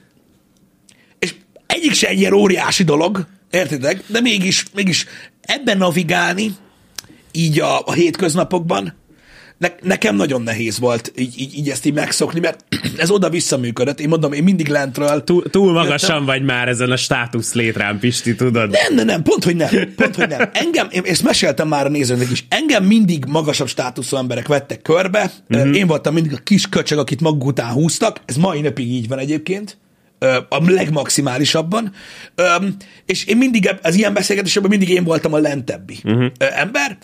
egyik se egy ilyen óriási dolog, értitek? De mégis ebben navigálni, így a hétköznapokban, nekem nagyon nehéz volt így ezt így megszokni, mert ez oda-vissza működött. Én mondom, én mindig lentről... Túl magasan vagy már ezen a státusz létrán, Pisti, tudod? Nem, pont, hogy nem. Engem, én ezt meséltem már a nézőnek is, engem mindig magasabb státuszú emberek vettek körbe. Én voltam mindig a kis köcsög, akit maguk után húztak. Ez mai napig így van egyébként. A legmaximálisabban, és én mindig az ilyen beszélgetésekben mindig én voltam a lentebbi ember,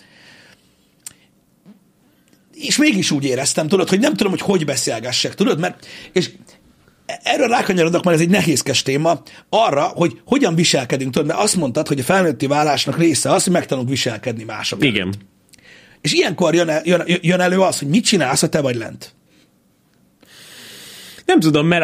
és mégis úgy éreztem, tudod, hogy nem tudom, hogy beszélgessek, tudod, mert, és erről rákanyarodok, mert ez egy nehézkes téma, arra, hogy hogyan viselkedünk, tudod, mert azt mondtad, hogy a felnőtti válásnak része az, hogy megtanulunk viselkedni mások. Igen. És ilyenkor jön elő az, hogy mit csinálsz, ha te vagy lent. Nem tudom, mert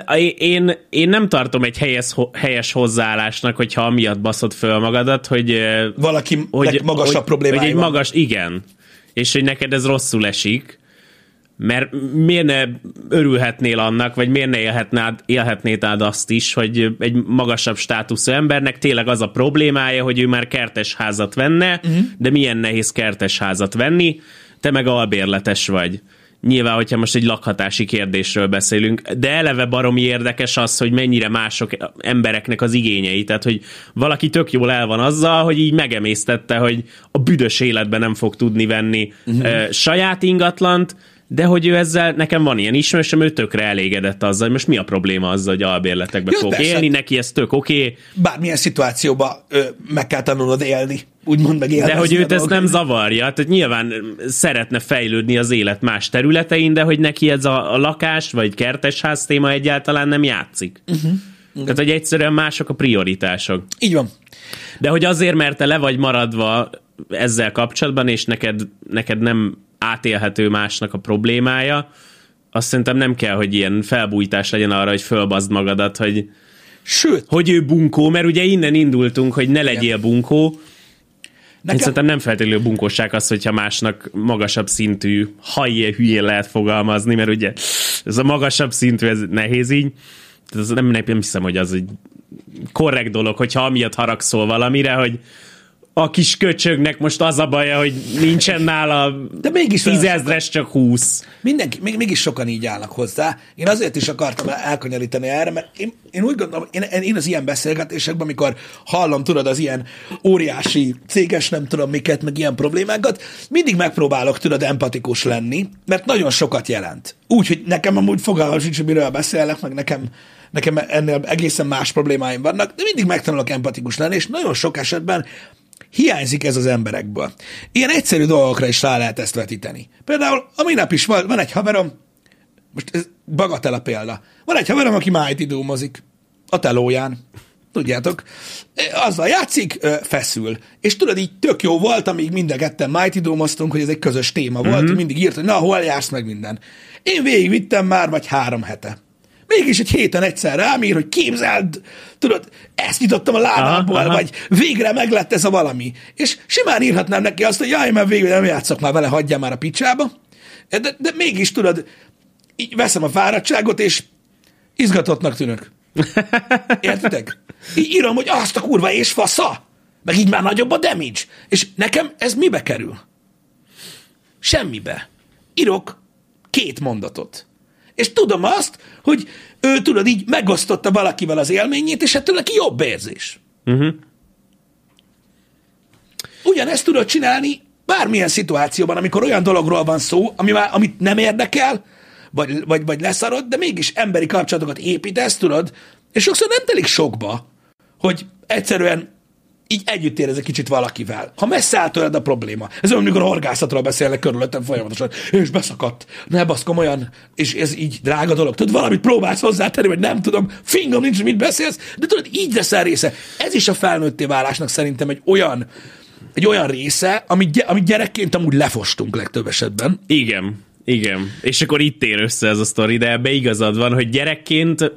én nem tartom egy helyes hozzáállásnak, hogyha amiatt baszod föl magadat, hogy... Valakinek magasabb problémája van. Igen. És hogy neked ez rosszul esik, mert miért ne örülhetnél annak, vagy miért ne élhetnéd át azt is, hogy egy magasabb státuszú embernek tényleg az a problémája, hogy ő már kertesházat venne, de milyen nehéz kertesházat venni, te meg albérletes vagy. Nyilván, hogyha most egy lakhatási kérdésről beszélünk, de eleve baromi érdekes az, hogy mennyire mások embereknek az igényei. Tehát, hogy valaki tök jól el van azzal, hogy így megemésztette, hogy a büdös életben nem fog tudni venni saját ingatlant, de hogy ő ezzel, nekem van ilyen ismerősöm, ő tökre elégedett azzal, hogy most mi a probléma azzal, hogy albérletekben fog élni, neki ez tök oké. Bármilyen szituációban meg kell tanulnod élni, úgymond meg élni. De hogy őt ez nem zavarja, tehát nyilván szeretne fejlődni az élet más területein, de hogy neki ez a lakás vagy kertesház téma egyáltalán nem játszik. Tehát, hogy egyszerűen mások a prioritások. Így van. De hogy azért, mert te le vagy maradva ezzel kapcsolatban, és neked nem átélhető másnak a problémája, azt szerintem nem kell, hogy ilyen felbújtás legyen arra, hogy fölbazd magadat, hogy, sőt, hogy ő bunkó, mert ugye innen indultunk, hogy ne legyél bunkó. Szerintem nem feltétlenül bunkóság az, hogyha másnak magasabb szintű, ha ilyen hülyén lehet fogalmazni, mert ugye ez a magasabb szintű, ez nehéz így. Ez nem hiszem, hogy az egy korrekt dolog, hogyha amiatt haragszol valamire, hogy a kis köcsögnek most az a baja, hogy nincsen nála 10 000, csak 20. Mégis sokan így állnak hozzá. Én azért is akartam elkanyarítani erre, mert én úgy gondolom, én az ilyen beszélgetésekben, amikor hallom, tudod, az ilyen óriási céges, nem tudom miket, meg ilyen problémákat, mindig megpróbálok, tudod, empatikus lenni, mert nagyon sokat jelent. Úgyhogy nekem amúgy fogalmam sincs, hogy miről beszélek, meg nekem ennél egészen más problémáim vannak, de mindig megtanulok empatikus lenni, és nagyon sok esetben hiányzik ez az emberekből. Ilyen egyszerű dolgokra is rá lehet ezt vetíteni. Például a minap is van egy haverom, most ez bagatella példa, van egy haverom, aki májt idómozik a telóján. tudjátok, azzal játszik, feszül. És tudod, így tök jó volt, amíg mind a ketten Mighty Dome-oztunk, hogy ez egy közös téma volt, mindig írt, hogy na, hol jársz meg minden. Én végigvittem már vagy 3 hete. Mégis egy héten egyszer rám ír, hogy képzeld, tudod, ezt nyitottam a ládából, vagy végre meglett ez a valami. És simán írhatnám neki azt, hogy jaj, mert végül nem játszok már vele, hagyjál már a picsába. De mégis, tudod, így veszem a fáradtságot, és izgatottnak tűnök. Értitek? Így írom, hogy azt a kurva és fasza, meg így már nagyobb a damage. És nekem ez mibe kerül? Semmibe. Írok 2 mondatot. És tudom azt, hogy ő, tudod, így megosztotta valakivel az élményét, és ettől neki jobb érzés. Ugyanezt tudod csinálni bármilyen szituációban, amikor olyan dologról van szó, amit nem érdekel, vagy leszarod, de mégis emberi kapcsolatokat építesz, tudod, és sokszor nem telik sokba, hogy egyszerűen így együtt érez egy kicsit valakivel. Ha messze áll tőled a probléma. Ez olyan, amikor horgászatról beszélnek körülöttem folyamatosan, és beszakadt, ne basz, komolyan, és ez így drága dolog. Tudod, valamit próbálsz hozzátenni, vagy nem tudom, fingom nincs, mit beszélsz, de tudod, így leszel része. Ez is a felnőtté válásnak szerintem egy olyan része, amit gyerekként amúgy lefostunk legtöbb esetben. Igen. És akkor itt ér össze ez a sztori, de ebbe igazad van, hogy gyerekként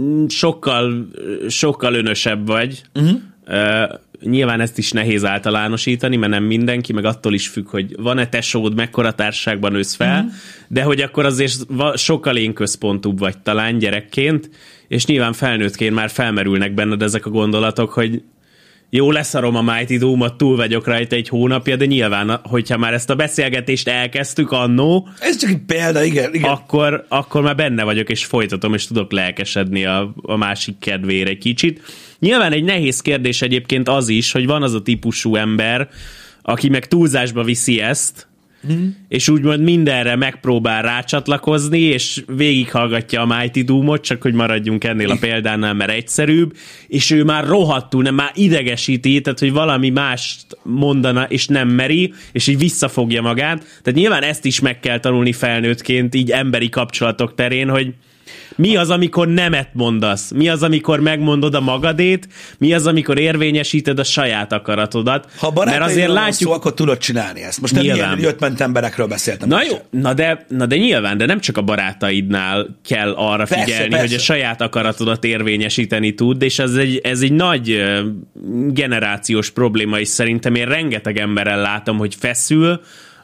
sokkal önösebb vagy. Nyilván ezt is nehéz általánosítani, mert nem mindenki, meg attól is függ, hogy van-e tesód, mekkora társaságban nősz fel, de hogy akkor azért sokkal én központúbb vagy talán gyerekként, és nyilván felnőttként már felmerülnek benned ezek a gondolatok, hogy jó, leszarom a Mighty Dome-ot, túl vagyok rajta egy hónapja, de nyilván, hogyha már ezt a beszélgetést elkezdtük annó, ez csak egy példa, igen. Akkor már benne vagyok, és folytatom, és tudok lelkesedni a másik kedvére egy kicsit. Nyilván egy nehéz kérdés egyébként az is, hogy van az a típusú ember, aki meg túlzásba viszi ezt, és úgymond mindenre megpróbál rácsatlakozni, és végighallgatja a Mighty Dome-ot, csak hogy maradjunk ennél a példánál, mert egyszerűbb, és ő már rohadtul, nem, már idegesíti, tehát hogy valami mást mondana, és nem meri, és így visszafogja magát. Tehát nyilván ezt is meg kell tanulni felnőttként, így emberi kapcsolatok terén, hogy mi az, amikor nemet mondasz? Mi az, amikor megmondod a magadét? Mi az, amikor érvényesíted a saját akaratodat? Ha barátaidról van szó, akkor tudod csinálni ezt. Most nem ilyen, hogy 5 emberekről beszéltem. Na jó, na de nyilván, de nem csak a barátaidnál kell arra figyelni, hogy a saját akaratodat érvényesíteni tud, és ez egy nagy generációs probléma is szerintem. Én rengeteg emberrel látom, hogy feszül,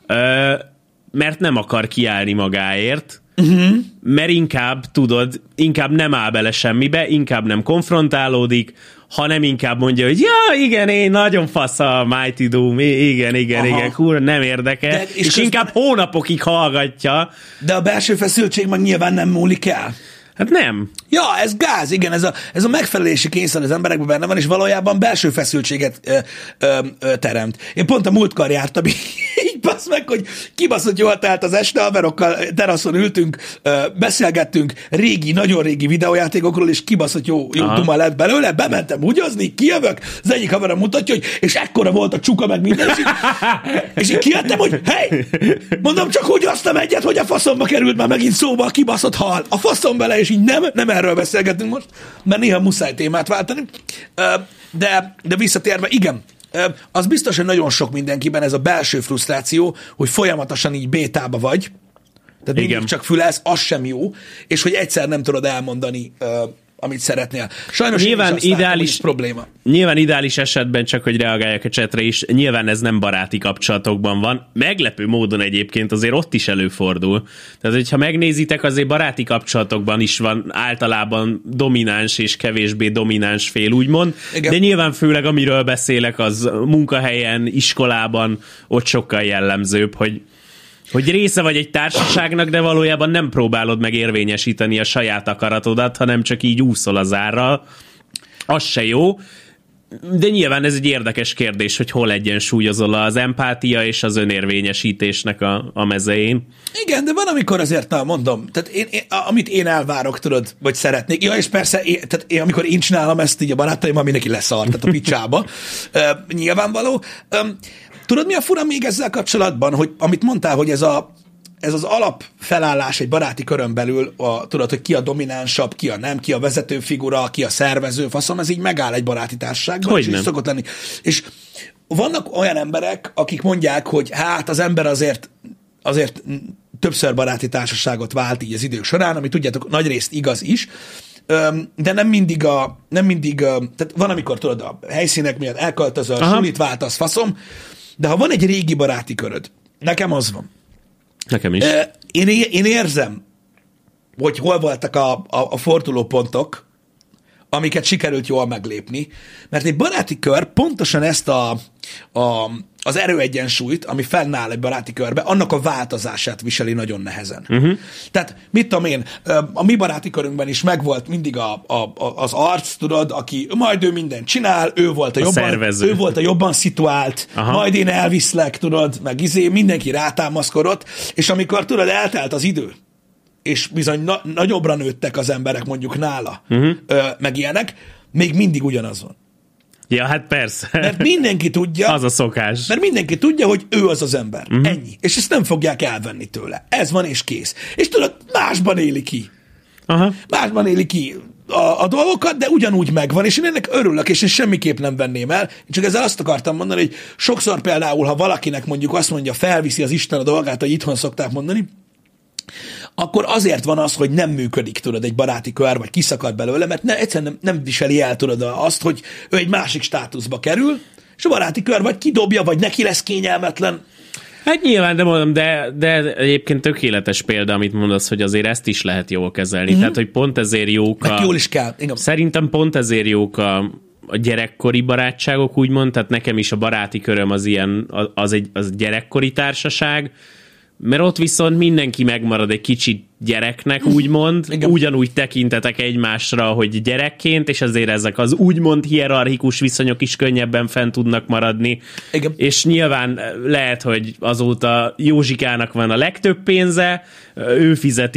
mert nem akar kiállni magáért, mert inkább nem áll bele semmibe, inkább nem konfrontálódik, hanem inkább mondja, hogy ja, igen, én nagyon fasz a Mighty Dome, igen, kurva, nem érdekel, és inkább hónapokig hallgatja. De a belső feszültség meg nyilván nem múlik el. Hát nem. Ja, ez gáz, igen, ez a megfelelési kényszer az emberekben benne van, és valójában belső feszültséget teremt. Én pont a múltkor jártam, így basz meg, hogy kibaszott jól telt az este, haverokkal teraszon ültünk, beszélgettünk nagyon régi videójátékokról, és kibaszott jó duma lett belőle, bementem húgyozni, kijövök, az egyik haverom mutatja, hogy és ekkora volt a csuka, meg minden, és így kijöttem, hogy hey, mondom, csak húgyoztam egyet, hogy a faszomba került már megint szóba a kibaszott hal. A faszom bele, és így nem erről beszélgetünk most, mert néha muszáj témát váltani. De visszatérve, igen, az biztos, hogy nagyon sok mindenkiben ez a belső frusztráció, hogy folyamatosan így bétába vagy, tehát mindig csak fülelsz, az sem jó, és hogy egyszer nem tudod elmondani, amit szeretnél. Sajnos nyilván ideális probléma. Nyilván ideális esetben, csak hogy reagáljak a chatre is, nyilván ez nem baráti kapcsolatokban van. Meglepő módon egyébként azért ott is előfordul. Tehát, hogyha megnézitek, azért baráti kapcsolatokban is van általában domináns és kevésbé domináns fél, úgymond. Igen. De nyilván főleg amiről beszélek, az munkahelyen, iskolában ott sokkal jellemzőbb, hogy része vagy egy társaságnak, de valójában nem próbálod meg érvényesíteni a saját akaratodat, hanem csak így úszol az árral. Az se jó, de nyilván ez egy érdekes kérdés, hogy hol egyensúlyozol az empátia és az önérvényesítésnek a mezején. Igen, de van, amikor azért, mondom, tehát amit én elvárok, tudod, vagy szeretnék, ja, és persze, amikor én csinálom ezt így a barátaimmal, mindenki leszart, tehát a picsába, nyilvánvaló. Tudod, mi a fura még ezzel kapcsolatban, hogy amit mondtál, hogy ez ez az alapfelállás egy baráti körön belül, tudod, hogy ki a dominánsabb, ki a nem, ki a vezető figura, ki a szervező, faszom, ez így megáll egy baráti társaságban, és így szokott lenni. És vannak olyan emberek, akik mondják, hogy hát az ember azért többször baráti társaságot vált így az idők során, ami tudjátok, nagyrészt igaz is, de nem mindig, tehát van, amikor tudod, a helyszínek miatt elköltözöl, sulit váltasz, faszom, de ha van egy régi baráti köröd, nekem az van. Nekem is. Én érzem, hogy hol voltak a fordulópontok, amiket sikerült jól meglépni, mert egy baráti kör pontosan ezt az erőegyensúlyt, ami fennáll egy baráti körbe, annak a változását viseli nagyon nehezen. Tehát, mit tudom én, a mi baráti körünkben is megvolt mindig az arc, tudod, aki majd ő mindent csinál, ő volt a jobban szituált, majd én elviszlek, tudod, meg mindenki rátámaszkodott, és amikor tudod, eltelt az idő, és bizony nagyobbra nőttek az emberek mondjuk nála, meg ilyenek, még mindig ugyanaz van. Ja, hát persze. Mert mindenki tudja. Az a szokás. Mert mindenki tudja, hogy ő az az ember. Ennyi. És ezt nem fogják elvenni tőle. Ez van és kész. És tudod, másban éli ki. Másban éli ki a dolgokat, de ugyanúgy megvan, és én ennek örülök, és én semmiképp nem venném el. Én csak ezzel azt akartam mondani, hogy sokszor például, ha valakinek mondjuk azt mondja, felviszi az Isten a dolgát, hogy itthon szokták mondani, akkor azért van az, hogy nem működik, tudod, egy baráti kör, vagy kiszakad belőle, mert egyszerűen nem viseli el, tudod, azt, hogy ő egy másik státuszba kerül, és a baráti kör vagy kidobja, vagy neki lesz kényelmetlen. Hát nyilván, de mondom, de egyébként tökéletes példa, amit mondasz, hogy azért ezt is lehet jól kezelni. Tehát, hogy pont ezért jók jól is kell. Igen. Szerintem pont ezért jók a gyerekkori barátságok, úgymond, tehát nekem is a baráti köröm az ilyen, az gyerekkori társaság, mert ott viszont mindenki megmarad egy kicsit gyereknek, úgymond, ugyanúgy tekintetek egymásra, hogy gyerekként, és ezért ezek az úgymond hierarchikus viszonyok is könnyebben fent tudnak maradni. Igen. És nyilván lehet, hogy azóta Józsikának van a legtöbb pénze, ő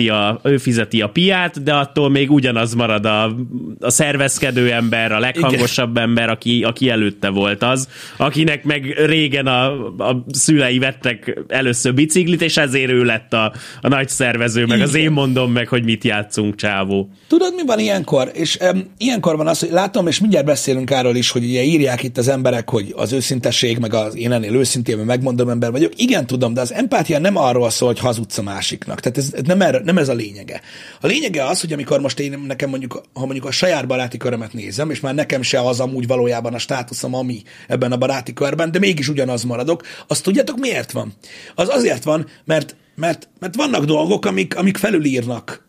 fizeti a piát, de attól még ugyanaz marad a szervezkedő ember, a leghangosabb ember, aki előtte volt az, akinek meg régen a szülei vettek először biciklit, és ezért ő lett a nagy szervező, meg az én mondom meg, hogy mit játszunk, csávó. Tudod, mi van ilyenkor? És ilyenkor van az, hogy látom, és mindjárt beszélünk arról is, hogy ugye írják itt az emberek, hogy az őszintesség, meg az én ennél őszintén megmondom ember vagyok. Igen, tudom, de az empátia nem arról szól, hogy hazudsz a másiknak. Tehát ez nem ez a lényege. A lényege az, hogy amikor most nekem mondjuk, ha mondjuk a saját baráti körömet nézem, és már nekem se az amúgy valójában a státuszom, ami ebben a baráti körben, de mégis ugyanaz maradok, azt tudjátok miért van? Az azért van, mert vannak dolgok, amik felülírnak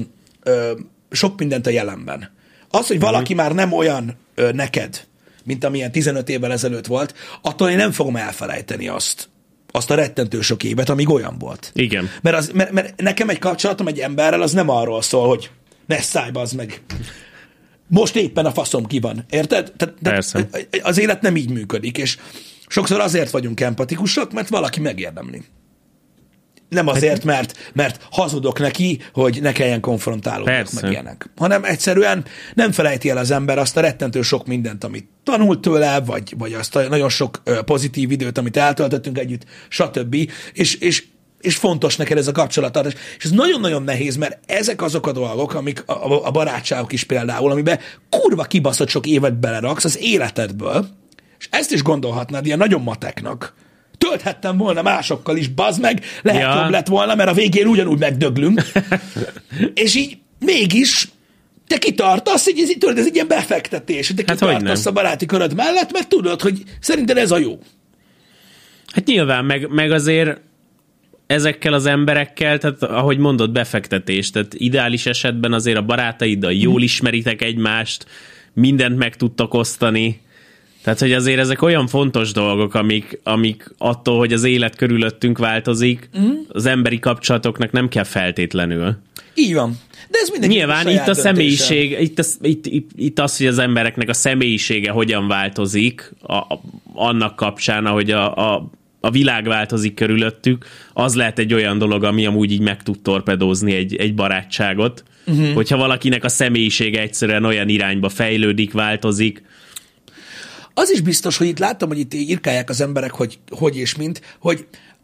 sok mindent a jelenben. Az, hogy valaki már nem olyan neked, mint amilyen 15 évvel ezelőtt volt, attól én nem fogom elfelejteni azt a rettentő sok évet, amíg olyan volt. Igen. Mert nekem egy kapcsolatom egy emberrel az nem arról szól, hogy ne szállj, bazd meg. Most éppen a faszom ki van. Érted? Persze. Az élet nem így működik, és sokszor azért vagyunk empatikusak, mert valaki megérdemli. Nem azért, mert hazudok neki, hogy ne kelljen konfrontálódni meg ilyenek. Hanem egyszerűen nem felejti el az ember azt a rettentő sok mindent, amit tanult tőle, vagy azt a nagyon sok pozitív időt, amit eltöltöttünk együtt, stb. És fontos neked ez a kapcsolattartás. És ez nagyon-nagyon nehéz, mert ezek azok a dolgok, amik a barátságok is például, amiben kurva kibaszott sok évet beleraksz az életedből, és ezt is gondolhatnád ilyen nagyon mateknak. Tölthettem volna másokkal is, bazd meg, lehet jobb lett volna, mert a végén ugyanúgy megdöglünk. És így mégis te kitartasz, ez egy ilyen befektetés, te kitartasz a baráti köröd mellett, mert tudod, hogy szerinted ez a jó. Hát nyilván, meg azért ezekkel az emberekkel, tehát ahogy mondod, befektetés, tehát ideális esetben azért a barátaiddal jól ismeritek egymást, mindent meg tudtok osztani. Tehát, hogy azért ezek olyan fontos dolgok, amik attól, hogy az élet körülöttünk változik, az emberi kapcsolatoknak nem kell feltétlenül. Így van. De ez mindenki nyilván itt a személyiség, itt az, hogy az embereknek a személyisége hogyan változik annak kapcsán, ahogy a világ változik körülöttük, az lehet egy olyan dolog, ami amúgy így meg tud torpedózni egy barátságot. Hogyha valakinek a személyisége egyszerűen olyan irányba fejlődik, változik. Az is biztos, hogy itt láttam, hogy itt írkálják az emberek, hogy és mint, hogy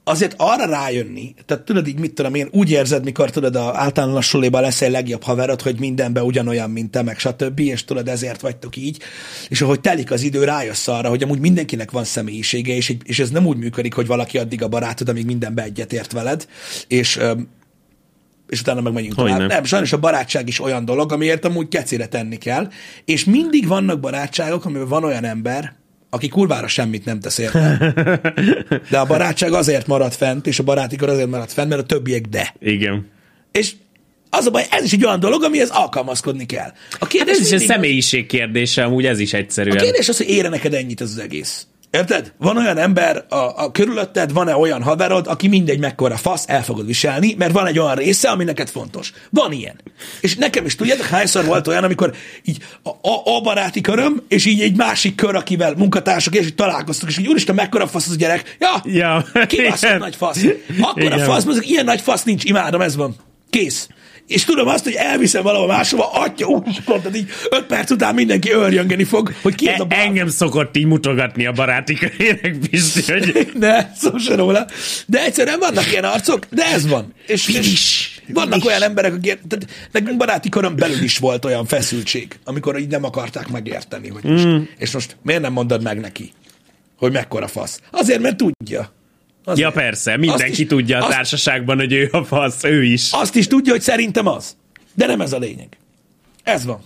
azért arra rájönni, tehát tudod így, mit tudom én, úgy érzed, mikor tudod, a általános suliban lesz egy legjobb haverod, hogy mindenben ugyanolyan, mint te, meg stb., és tudod, ezért vagytok így, és ahogy telik az idő, rájössz arra, hogy amúgy mindenkinek van személyisége, és ez nem úgy működik, hogy valaki addig a barátod, amíg mindenbe egyetért veled, és utána meg megyünk tovább. Nem, sajnos a barátság is olyan dolog, amiért amúgy kecére tenni kell, és mindig vannak barátságok, amiben van olyan ember, aki kurvára semmit nem tesz érte. De a barátság azért marad fent, és a barátikor azért marad fent, mert a többiek de. Igen. És az a baj, ez is egy olyan dolog, amihez alkalmazkodni kell. Ez is egy személyiség kérdése, amúgy ez is egyszerűen. A kérdés az, hogy ére neked ennyit ez az egész. Érted? Van olyan ember a körülötted, van-e olyan haverod, aki mindegy mekkora fasz, el fogod viselni, mert van egy olyan része, ami neked fontos. Van ilyen. És nekem is tudjátok, hányszor volt olyan, amikor így a baráti köröm, és így egy másik kör, akivel munkatársak, és így találkoztuk, és így úristen, mekkora fasz az a gyerek. Ja. Kibaszott nagy fasz. Akkor a fasz, ilyen nagy fasz nincs, imádom, ez van. Kész. És tudom azt, hogy elviszem valahol máshova, atya, úristen, tehát így 5 perc után mindenki örjöngeni fog, hogy ki ez a bár... Engem szokott így mutogatni a baráti körének, Pisti, hogy... Ne, szó se róla. De egyszerűen vannak ilyen arcok, de ez van. És vannak olyan emberek, akik... Nekünk baráti körön belül is volt olyan feszültség, amikor így nem akarták megérteni, hogy és most miért nem mondod meg neki, hogy mekkora fasz? Azért, mert tudja. Azért. Ja persze, mindenki tudja a társaságban, hogy ő a fasz, ő is. Azt is tudja, hogy szerintem az. De nem ez a lényeg. Ez van.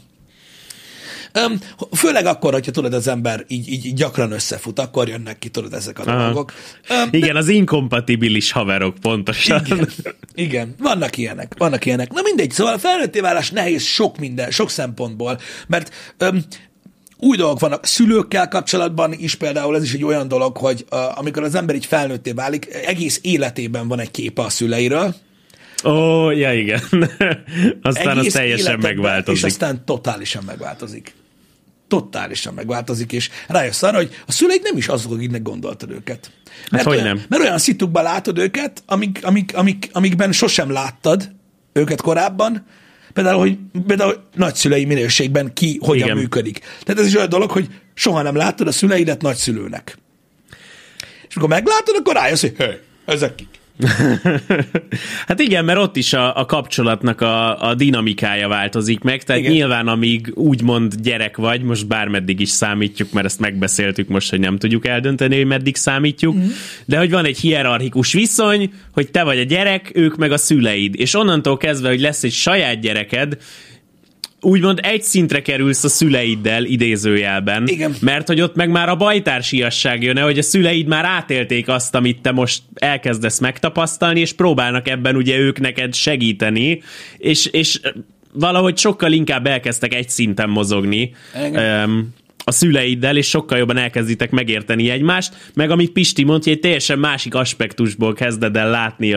Főleg akkor, hogyha tudod, az ember így gyakran összefut, akkor jönnek ki, tudod, ezek a dolgok. Igen, az inkompatibilis haverok pontosan. Igen, vannak ilyenek. Na mindegy, szóval a felnőtté válás nehéz sok szempontból, mert új dolgok vannak. Szülőkkel kapcsolatban is például ez is egy olyan dolog, hogy amikor az ember így felnőtté válik, egész életében van egy képe a szüleiről. Ja igen. Aztán az teljesen megváltozik. És aztán totálisan megváltozik, és rájössz arra, hogy a szüleid nem is azok, akiknek gondoltad őket. Mert olyan szitukban látod őket, amikben sosem láttad őket korábban, Például nagyszülei minőségben ki hogyan működik. Tehát ez is olyan dolog, hogy soha nem láttad a szüleidet nagyszülőnek. És amikor meglátod, akkor rájössz, hogy ezek kik. Hát igen, mert ott is a kapcsolatnak a dinamikája változik meg, tehát igen. Nyilván amíg úgymond gyerek vagy, most bármeddig is számítjuk, mert ezt megbeszéltük most, hogy nem tudjuk eldönteni, hogy meddig számítjuk, de hogy van egy hierarchikus viszony, hogy te vagy a gyerek, ők meg a szüleid, és onnantól kezdve, hogy lesz egy saját gyereked, úgymond egy szintre kerülsz a szüleiddel, idézőjelben, igen. Mert hogy ott meg már a bajtársiasság jön, hogy a szüleid már átélték azt, amit te most elkezdesz megtapasztalni, és próbálnak ebben ugye ők neked segíteni, és valahogy sokkal inkább elkezdtek egy szinten mozogni a szüleiddel, és sokkal jobban elkezditek megérteni egymást, meg amit Pisti mondja, egy teljesen másik aspektusból kezded el látni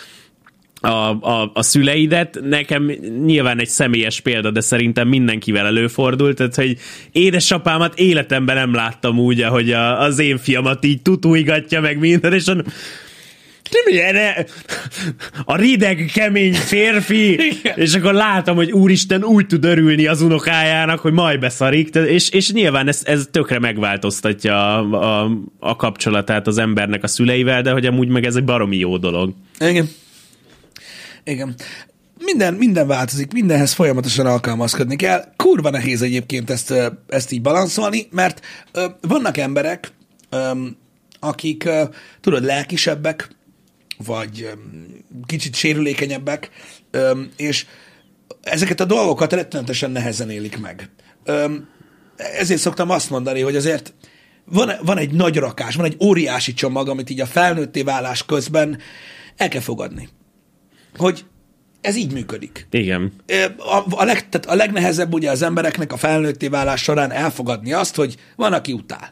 a szüleidet. Nekem nyilván egy személyes példa, de szerintem mindenkivel előfordult, tehát, hogy édesapámat életemben nem láttam úgy, ahogy az én fiamat így tutúigatja meg minden, és a rideg, kemény férfi, és akkor látom, hogy úristen úgy tud örülni az unokájának, hogy majd beszarik, és nyilván ez tökre megváltoztatja a kapcsolatát az embernek a szüleivel, de hogy amúgy meg ez egy baromi jó dolog. Igen. Minden változik, mindenhez folyamatosan alkalmazkodni kell. Kurva nehéz egyébként ezt így balanszolni, mert vannak emberek, akik, tudod, lelkisebbek, vagy kicsit sérülékenyebbek, és ezeket a dolgokat rettenetesen nehezen élik meg. Ezért szoktam azt mondani, hogy azért van egy nagy rakás, van egy óriási csomag, amit így a felnőtté válás közben el kell fogadni. Hogy ez így működik. Igen. Tehát a legnehezebb ugye az embereknek a felnőtté válás során elfogadni azt, hogy van, aki utál.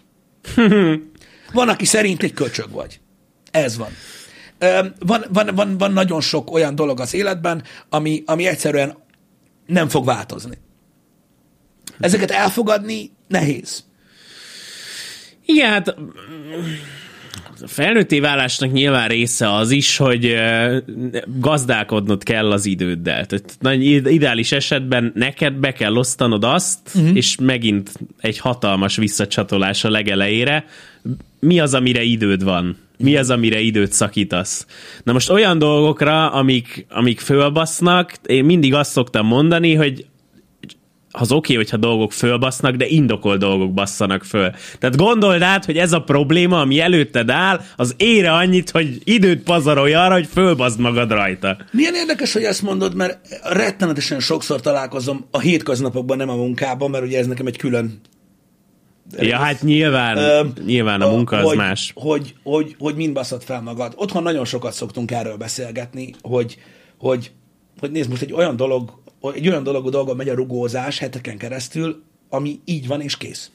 Van, aki szerint egy köcsög vagy. Ez van. Van nagyon sok olyan dolog az életben, ami egyszerűen nem fog változni. Ezeket elfogadni nehéz. Igen, hát a felnőtté válásnak nyilván része az is, hogy gazdálkodnod kell az időddel. Tehát ideális esetben neked be kell osztanod azt, és megint egy hatalmas visszacsatolás a legelejére. Mi az, amire időd van? Mi az, amire időt szakítasz? Na most olyan dolgokra, amik fölbasznak, én mindig azt szoktam mondani, hogy az oké, hogyha dolgok fölbasznak, de indokol dolgok basszanak föl. Tehát gondold át, hogy ez a probléma, ami előtted áll, az ére annyit, hogy időt pazarolj arra, hogy fölbaszd magad rajta. Milyen érdekes, hogy ezt mondod, mert rettenetesen sokszor találkozom a hétköznapokban, nem a munkában, mert ugye ez nekem egy külön... Ja, hát nyilván a munka az más. Hogy mind baszod fel magad. Otthon nagyon sokat szoktunk erről beszélgetni, hogy nézd, most egy olyan dolgon megy a rugózás heteken keresztül, ami így van és kész.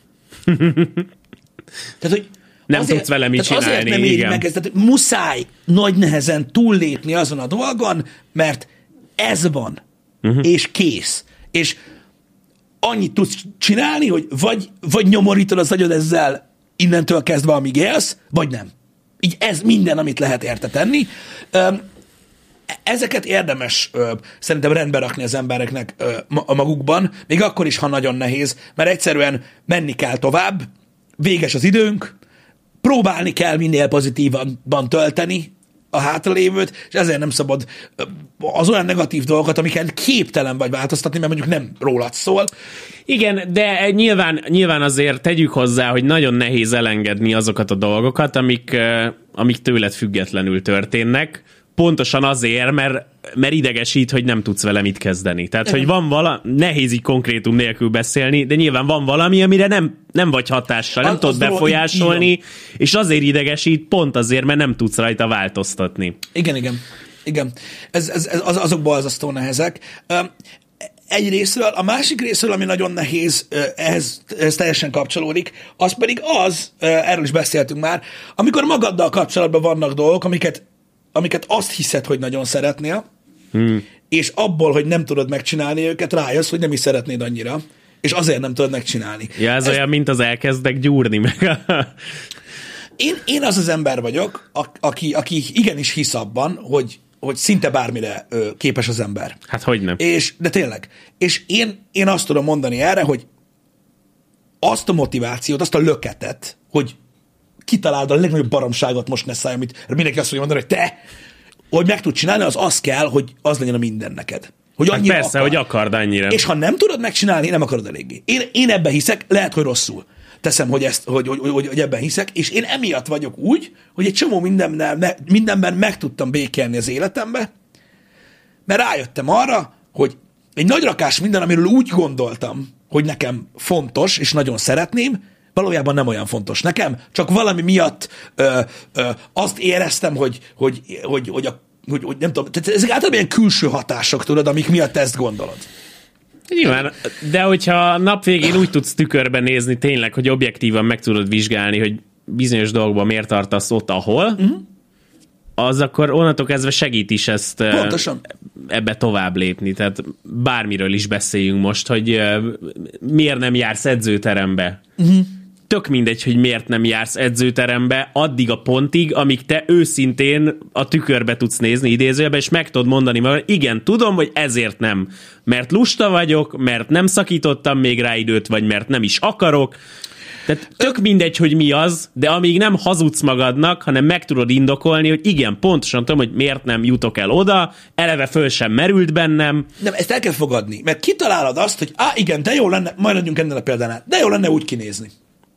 Tehát, hogy nem tudsz vele mit csinálni. Azért nem éri meg ezt, tehát muszáj nagy nehezen túllépni azon a dolgon, mert ez van, és kész. És annyit tudsz csinálni, hogy vagy nyomorítod az agyad ezzel innentől kezdve, amíg élsz, vagy nem. Így ez minden, amit lehet érte tenni. Ezeket érdemes szerintem rendbe rakni az embereknek a magukban, még akkor is, ha nagyon nehéz, mert egyszerűen menni kell tovább, véges az időnk, próbálni kell minél pozitívabban tölteni a hátralévőt, és ezért nem szabad az olyan negatív dolgokat, amiket képtelen vagy változtatni, mert mondjuk nem rólad szól. Igen, de nyilván azért tegyük hozzá, hogy nagyon nehéz elengedni azokat a dolgokat, amik tőled függetlenül történnek, pontosan azért, mert idegesít, hogy nem tudsz vele mit kezdeni. Tehát, hogy van nehéz így konkrétum nélkül beszélni, de nyilván van valami, amire nem vagy hatással, nem tudod befolyásolni, és azért idegesít, pont azért, mert nem tudsz rajta változtatni. Igen. Azokból azasztó nehezek. Egy részről, a másik részről, ami nagyon nehéz, ehhez teljesen kapcsolódik, az pedig az, erről is beszéltünk már, amikor magaddal kapcsolatban vannak dolgok, amiket azt hiszed, hogy nagyon szeretnél, és abból, hogy nem tudod megcsinálni őket, rájössz, hogy nem is szeretnéd annyira, és azért nem tudod megcsinálni. Ja, ez olyan, mint az elkezdek gyúrni meg. Én az ember vagyok, aki igenis hisz abban, hogy szinte bármire képes az ember. Hát hogyne. De tényleg. És én azt tudom mondani erre, hogy azt a motivációt, azt a löketet, hogy kitaláld a legnagyobb baromságot, most ne szállj, amit mindenki azt fogja mondani, hogy hogy meg tud csinálni, az kell, hogy az legyen a minden neked. Hogy hát persze, hogy akard annyira. És ha nem tudod megcsinálni, nem akarod eléggé. Én ebben hiszek, lehet, hogy rosszul teszem, hogy ebben hiszek, és én emiatt vagyok úgy, hogy egy csomó mindenben meg tudtam békélni az életembe, mert rájöttem arra, hogy egy nagy rakás minden, amiről úgy gondoltam, hogy nekem fontos, és nagyon szeretném, valójában nem olyan fontos nekem, csak valami miatt azt éreztem, hogy nem tudom, tehát ezek általában ilyen külső hatások, tudod, amik miatt ezt gondolod. Nyilván, de hogyha nap végén úgy tudsz tükörben nézni tényleg, hogy objektívan meg tudod vizsgálni, hogy bizonyos dolgokban miért tartasz ott, ahol, az akkor onnantól kezdve segít is ezt ebbe tovább lépni. Tehát bármiről is beszéljünk most, hogy miért nem jársz edzőterembe. Tök mindegy, hogy miért nem jársz edzőterembe addig a pontig, amíg te őszintén a tükörbe tudsz nézni idézőjelben, és meg tudod mondani magad, igen, tudom, hogy ezért nem. Mert lusta vagyok, mert nem szakítottam még rá időt, vagy mert nem is akarok. Tehát tök mindegy, hogy mi az, de amíg nem hazudsz magadnak, hanem meg tudod indokolni, hogy igen, pontosan tudom, hogy miért nem jutok el oda, eleve föl sem merült bennem. Nem, ezt el kell fogadni, mert kitalálod azt, hogy igen, de jó lenne, majd adjunk ennél a példánál, de jó lenne úgy kinézni.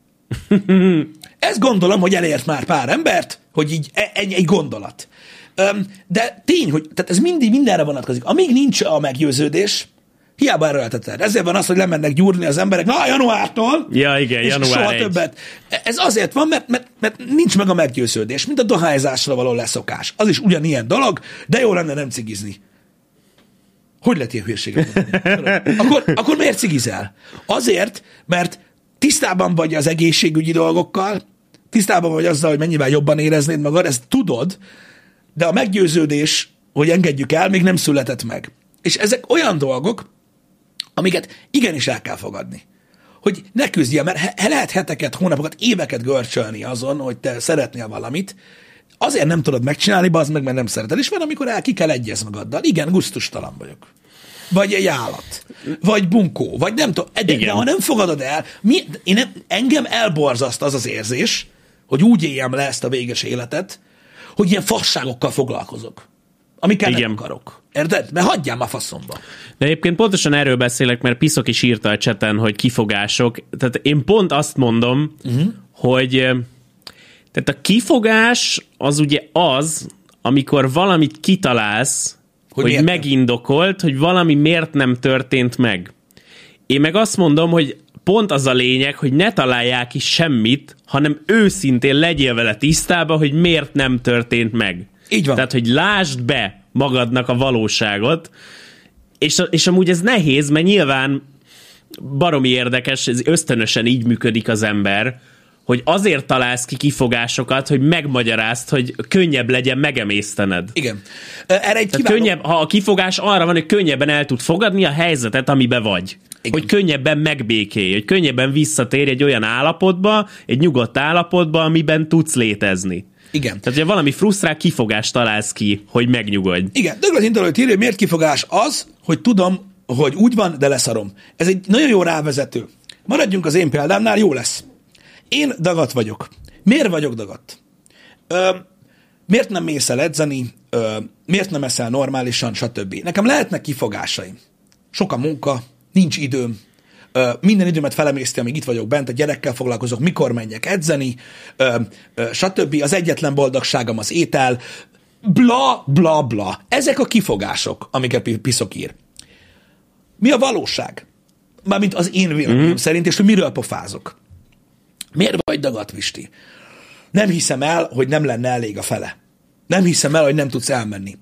Ezt gondolom, hogy elért már pár embert, hogy így egy gondolat. De tény, hogy tehát ez mindig mindenre vonatkozik. Amíg nincs a meggyőződés, hiába erőlteted. Ezért van az, hogy lemennek gyúrni az emberek, januártól, ja, igen, és január soha többet. Ez azért van, mert nincs meg a meggyőződés, mint a dohányzásra való leszokás. Az is ugyanilyen dolog, de jó lenne nem cigizni. Hogy lehet ilyen hülyeséget mondani? Akkor miért cigizel? Azért, mert tisztában vagy az egészségügyi dolgokkal, tisztában vagy azzal, hogy mennyivel jobban éreznéd magad, ezt tudod, de a meggyőződés, hogy engedjük el, még nem született meg. És ezek olyan dolgok, amiket igenis el kell fogadni. Hogy ne küzdjél, mert lehet heteket, hónapokat, éveket görcsölni azon, hogy te szeretnél valamit, azért nem tudod megcsinálni, bazd meg, mert nem szereted. És van, amikor ki kell egyez magaddal. Igen, gusztustalan vagyok. Vagy egy állat. Vagy bunkó. Vagy nem tudom. De ha nem fogadod el, engem elborzaszt az érzés, hogy úgy éljem le ezt a véges életet, hogy ilyen fasságokkal foglalkozok, amikkel nem akarok. Érted? Mert hagyjál már faszomba. De egyébként pontosan erről beszélek, mert Piszok is írta a chaten, hogy kifogások. Tehát én pont azt mondom, hogy tehát a kifogás az ugye az, amikor valamit kitalálsz, hogy megindokolt, hogy valami miért nem történt meg. Én meg azt mondom, hogy pont az a lényeg, hogy ne találják ki semmit, hanem őszintén legyél vele tisztában, hogy miért nem történt meg. Így van. Tehát, hogy lásd be magadnak a valóságot, és amúgy ez nehéz, mert nyilván baromi érdekes, ez ösztönösen így működik az ember, hogy azért találsz ki kifogásokat, hogy megmagyarázd, hogy könnyebb legyen megemésztened. Igen. Erre egy kiváló... könnyebb, ha a kifogás arra van, hogy könnyebben el tud fogadni a helyzetet, amiben vagy. Igen. Hogy könnyebben megbékélj, hogy könnyebben visszatérj egy olyan állapotba, egy nyugodt állapotba, amiben tudsz létezni. Igen. Tehát, hogyha valami frusztrál, kifogást találsz ki, hogy megnyugodj. Igen. Douglas Internet írja, hogy miért kifogás az, hogy tudom, hogy úgy van, de leszarom. Ez egy nagyon jó rávezető. Maradjunk az én példámnál, jó lesz. Én dagadt vagyok. Miért vagyok dagadt? Miért nem mész el edzeni? Miért nem eszel normálisan, stb. Nekem lehetnek kifogásaim. Sok a munka, nincs időm, minden időmet felemészti, amíg itt vagyok bent, a gyerekkel foglalkozok, mikor menjek edzeni, stb. Az egyetlen boldogságom az étel, bla, bla, bla. Ezek a kifogások, amiket Piszok ír. Mi a valóság? Mármint az én véleményem szerint, és hogy miről pofázok. Miért vagy dagadt, Pisti? Nem hiszem el, hogy nem lenne elég a fele. Nem hiszem el, hogy nem tudsz elmenni.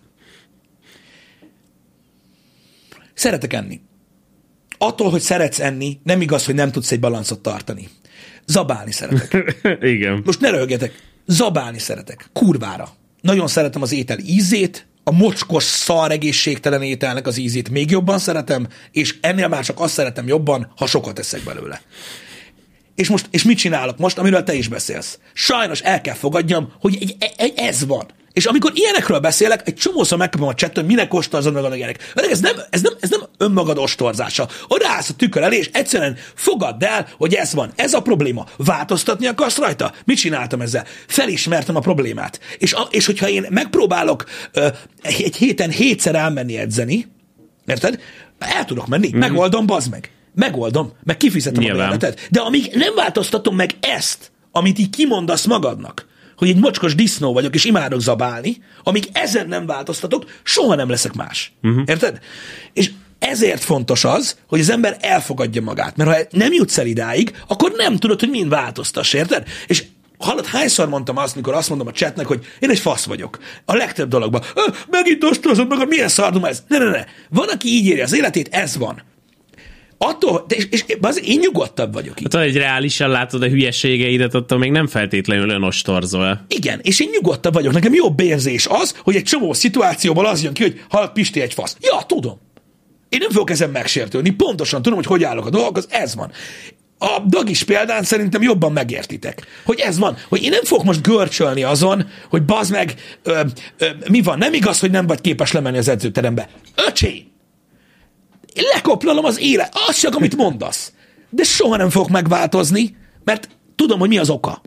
Szeretek enni. Attól, hogy szeretsz enni, nem igaz, hogy nem tudsz egy balancot tartani. Zabálni szeretek. Igen. Most ne röhögjetek. Zabálni szeretek. Kurvára. Nagyon szeretem az étel ízét, a mocskos, szar, egészségtelen ételnek az ízét még jobban szeretem, és ennél már csak azt szeretem jobban, ha sokat eszek belőle. És mit csinálok most, amiről te is beszélsz? Sajnos el kell fogadjam, hogy ez van. És amikor ilyenekről beszélek, egy csomószor megkapom a csettől, hogy minek ostorzod meg a gyerek. Ez nem önmagad ostorzása. Odaállsz a tükör elé, és egyszerűen fogadd el, hogy ez van. Ez a probléma. Változtatni akarsz rajta? Mit csináltam ezzel? Felismertem a problémát. És hogyha én megpróbálok egy héten 7-szer elmenni edzeni, érted? El tudok menni, megoldom, bazd meg. Megoldom, meg kifizetem a bérletet. De amíg nem változtatom meg ezt, amit így kimondasz magadnak, hogy egy mocskos disznó vagyok, és imádok zabálni, amíg ezen nem változtatok, soha nem leszek más. Érted? És ezért fontos az, hogy az ember elfogadja magát. Mert ha nem jutsz el idáig, akkor nem tudod, hogy mind változtass, érted? És hallod, hányszor mondtam azt, mikor azt mondom a chatnek, hogy én egy fasz vagyok. A legtöbb dologban. Megint ostorozod magad, milyen szardum ez? Ne. Van, aki így éri az életét, ez van. Attól, és én nyugodtabb vagyok itt. Hát, hogy reálisan látod a hülyeségeidet, attól még nem feltétlenül önostorzol. Igen, és én nyugodtabb vagyok. Nekem jobb érzés az, hogy egy csomó szituációból az jön ki, hogy hallod, Pisti egy fasz. Ja, tudom. Én nem fogok ezen megsértődni. Pontosan tudom, hogy állok a dolgokhoz, ez van. A Dagis példán szerintem jobban megértitek, hogy ez van, hogy én nem fogok most görcsölni azon, hogy bazd meg, mi van, nem igaz, hogy nem vagy képes lemenni az edzőterembe. Öcsém! Én lekoplalom az élet, az csak, amit mondasz. De soha nem fogok megváltozni, mert tudom, hogy mi az oka.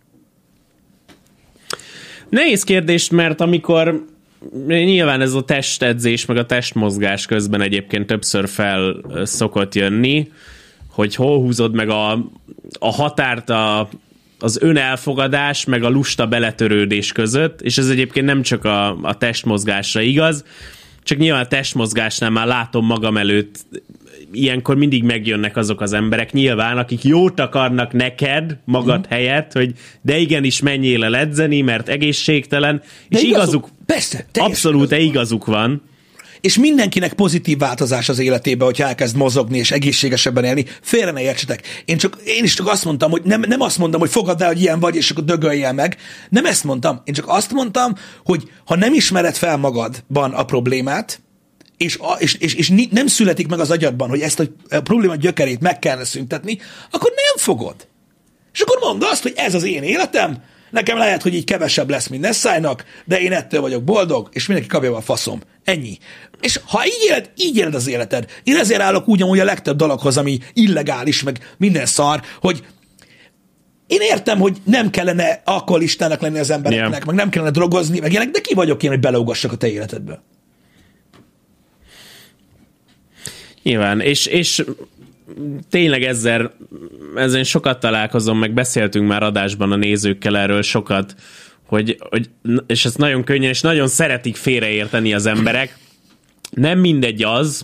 Nehéz kérdés, mert amikor nyilván ez a testedzés, meg a testmozgás közben egyébként többször fel szokott jönni, hogy hol húzod meg a határt az önelfogadás, meg a lusta beletörődés között, és ez egyébként nem csak a testmozgásra igaz, csak nyilván a testmozgásnál már látom magam előtt, ilyenkor mindig megjönnek azok az emberek, nyilván, akik jót akarnak neked, magad helyett, hogy de igenis menjél el edzeni, mert egészségtelen, de és igazuk, persze, abszolút igazuk van. És mindenkinek pozitív változás az életében, hogyha elkezd mozogni és egészségesebben élni. Félre ne értsetek. Én is csak azt mondtam, hogy nem azt mondom, hogy fogadd el, hogy ilyen vagy, és akkor dögöljél meg. Nem ezt mondtam. Én csak azt mondtam, hogy ha nem ismered fel magadban a problémát, és nem születik meg az agyadban, hogy ezt a probléma gyökerét meg kellene szüntetni, akkor nem fogod. És akkor mondd azt, hogy ez az én életem, nekem lehet, hogy így kevesebb lesz, mint Nessájnak, de én ettől vagyok boldog, és mindenki kapja a faszom. Ennyi. És ha így éled az életed. Én ezért állok ugyanúgy a legtöbb dologhoz, ami illegális, meg minden szar, hogy én értem, hogy nem kellene alkoholistának lenni az embereknek, meg nem kellene drogozni, meg ilyenek, de ki vagyok én, hogy beleugassak a te életedbe? Nyilván, és tényleg ezzel sokat találkozom, meg beszéltünk már adásban a nézőkkel erről sokat, hogy és ez nagyon könnyen, és nagyon szeretik félreérteni az emberek. Nem mindegy az,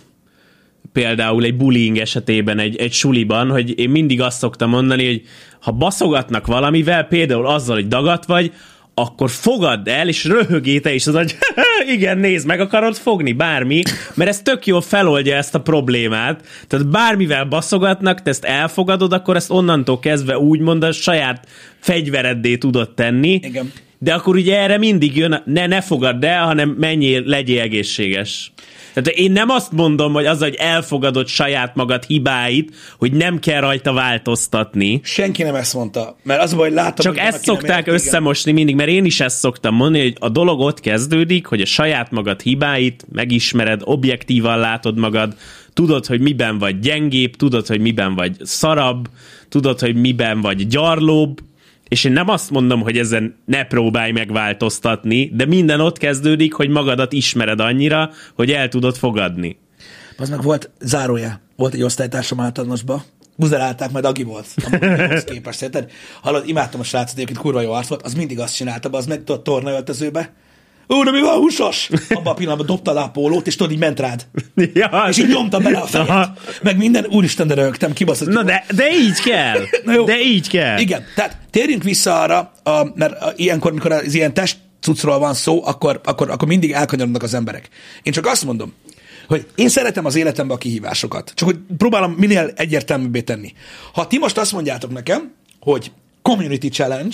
például egy bullying esetében, egy suliban, hogy én mindig azt szoktam mondani, hogy ha baszogatnak valamivel, például azzal, hogy dagat vagy, akkor fogadd el, és röhögj te is az, hogy igen, nézd, meg akarod fogni, bármi, mert ez tök jól feloldja ezt a problémát. Tehát bármivel baszogatnak, te ezt elfogadod, akkor ezt onnantól kezdve úgymond a saját fegyvereddé tudod tenni. Igen. De akkor ugye erre mindig jön, ne fogadd el, hanem legyél egészséges. Tehát én nem azt mondom, hogy az, hogy elfogadod saját magad hibáit, hogy nem kell rajta változtatni. Senki nem ezt mondta, mert az a baj, hogy látom, csak hogy ezt szokták összemosni mindig, mert én is ezt szoktam mondani, hogy a dolog ott kezdődik, hogy a saját magad hibáit megismered, objektívan látod magad, tudod, hogy miben vagy gyengébb, tudod, hogy miben vagy szarabb, tudod, hogy miben vagy gyarlóbb, és én nem azt mondom, hogy ezen ne próbálj megváltoztatni, de minden ott kezdődik, hogy magadat ismered annyira, hogy el tudod fogadni. Az meg volt zárója. Volt egy osztálytársam általánosba, buzerálták, majd Agi volt. Ahhoz képest, érted? Hallod, imádtam a srácot, egyébként kurva jó arc volt, az mindig azt csinálta, az meg tudod tornaöltözőbe. De mi van, húsos? Abban a pillanatban dobta le a pólót, és tudod, így ment rád. Ja. És így nyomta bele a fejét. Aha. Meg minden, úristen, de rögtem, kibaszott. Na de így kell. De így kell. Igen, tehát térjünk vissza arra, mert ilyenkor, mikor az ilyen testcucról van szó, akkor mindig elkanyarodnak az emberek. Én csak azt mondom, hogy én szeretem az életembe a kihívásokat. Csak hogy próbálom minél egyértelműbbé tenni. Ha ti most azt mondjátok nekem, hogy community challenge,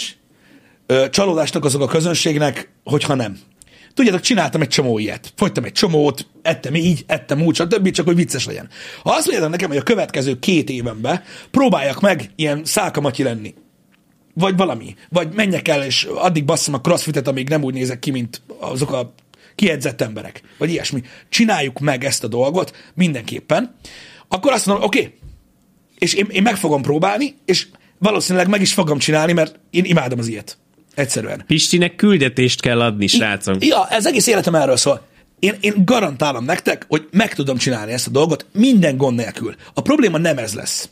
csalódásnak azok a közönségnek, hogyha nem. Tudjátok, csináltam egy csomó ilyet. Fogytam egy csomót, ettem így, ettem úgy, stb., csak hogy vicces legyen. Ha azt mondjátok nekem, hogy a következő 2 évenben próbáljak meg ilyen szálkamatyi lenni, vagy valami, vagy menjek el, és addig basszom a crossfitet, amíg nem úgy nézek ki, mint azok a kiedzett emberek, vagy ilyesmi. Csináljuk meg ezt a dolgot mindenképpen. Akkor azt mondom, oké, és én meg fogom próbálni, és valószínűleg meg is fogom csinálni, mert én imádom az ilyet. Egyszerűen. Pistinek küldetést kell adni, srácok. Ja, ez egész életem erről szól. Én garantálom nektek, hogy meg tudom csinálni ezt a dolgot minden gond nélkül. A probléma nem ez lesz.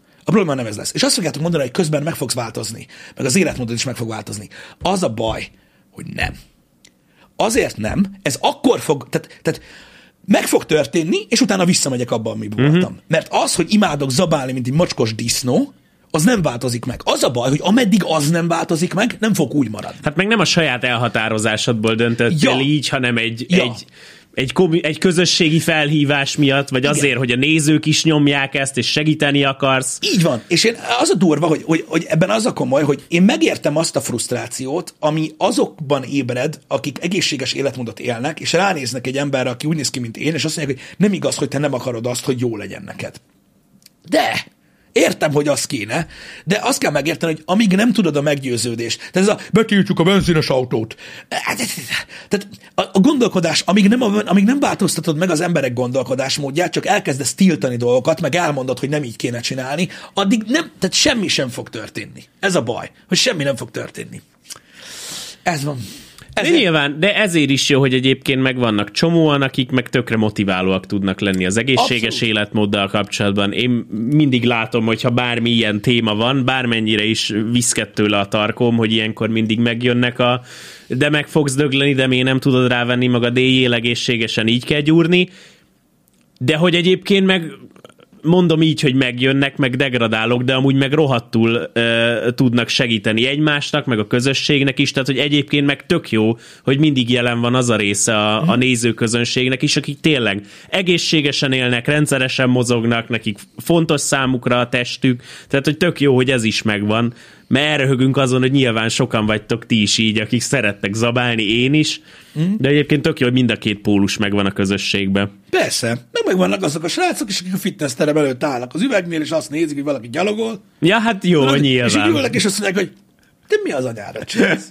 És azt fogjátok mondani, hogy közben meg fogsz változni, meg az életmódod is meg fog változni. Az a baj, hogy nem. Azért nem, ez akkor fog, tehát meg fog történni, és utána visszamegyek abba, amiben voltam. Mert az, hogy imádok zabálni, mint egy mocskos disznó, az nem változik meg. Az a baj, hogy ameddig az nem változik meg, nem fog úgy maradni. Hát meg nem a saját elhatározásodból döntöttél így, hanem egy közösségi felhívás miatt, vagy igen, azért, hogy a nézők is nyomják ezt, és segíteni akarsz. Így van. És az a durva, hogy ebben az a komoly, hogy én megértem azt a frusztrációt, ami azokban ébred, akik egészséges életmódot élnek, és ránéznek egy emberre, aki úgy néz ki, mint én, és azt mondják, hogy nem igaz, hogy te nem akarod azt, hogy jó legyen neked. De értem, hogy az kéne, de azt kell megérteni, hogy amíg nem tudod a meggyőződést, tehát ez a betiltsuk a benzines autót. Tehát a gondolkodás, amíg nem változtatod meg az emberek gondolkodásmódját, csak elkezdesz tiltani dolgokat, meg elmondod, hogy nem így kéne csinálni, addig nem, tehát semmi sem fog történni. Ez a baj, hogy semmi nem fog történni. Ez van. De nyilván, de ezért is jó, hogy egyébként meg vannak csomóan, akik meg tökre motiválóak tudnak lenni az egészséges abszolút életmóddal kapcsolatban. Én mindig látom, hogyha bármi ilyen téma van, bármennyire is viszket tőle a tarkóm, hogy ilyenkor mindig megjönnek de meg fogsz dögleni, de miért nem tudod rávenni magad, éljél egészségesen, így kell gyúrni. De hogy egyébként meg mondom így, hogy megjönnek, meg degradálok, de amúgy meg rohadtul tudnak segíteni egymásnak, meg a közösségnek is, tehát hogy egyébként meg tök jó, hogy mindig jelen van az a része a nézőközönségnek is, akik tényleg egészségesen élnek, rendszeresen mozognak, nekik fontos számukra a testük, tehát hogy tök jó, hogy ez is megvan, mert elröhögünk azon, hogy nyilván sokan vagytok ti is így, akik szerettek zabálni, én is, de egyébként tök jó, hogy mind a két pólus megvan a közösségben. Persze, meg vannak azok a srácok is, akik a fitnessterem előtt állnak az üvegnél, és azt nézik, hogy valaki gyalogol. Ja, hát jó, nyilván. És így ülnek, és azt mondják, hogy te mi az anyára csinálsz?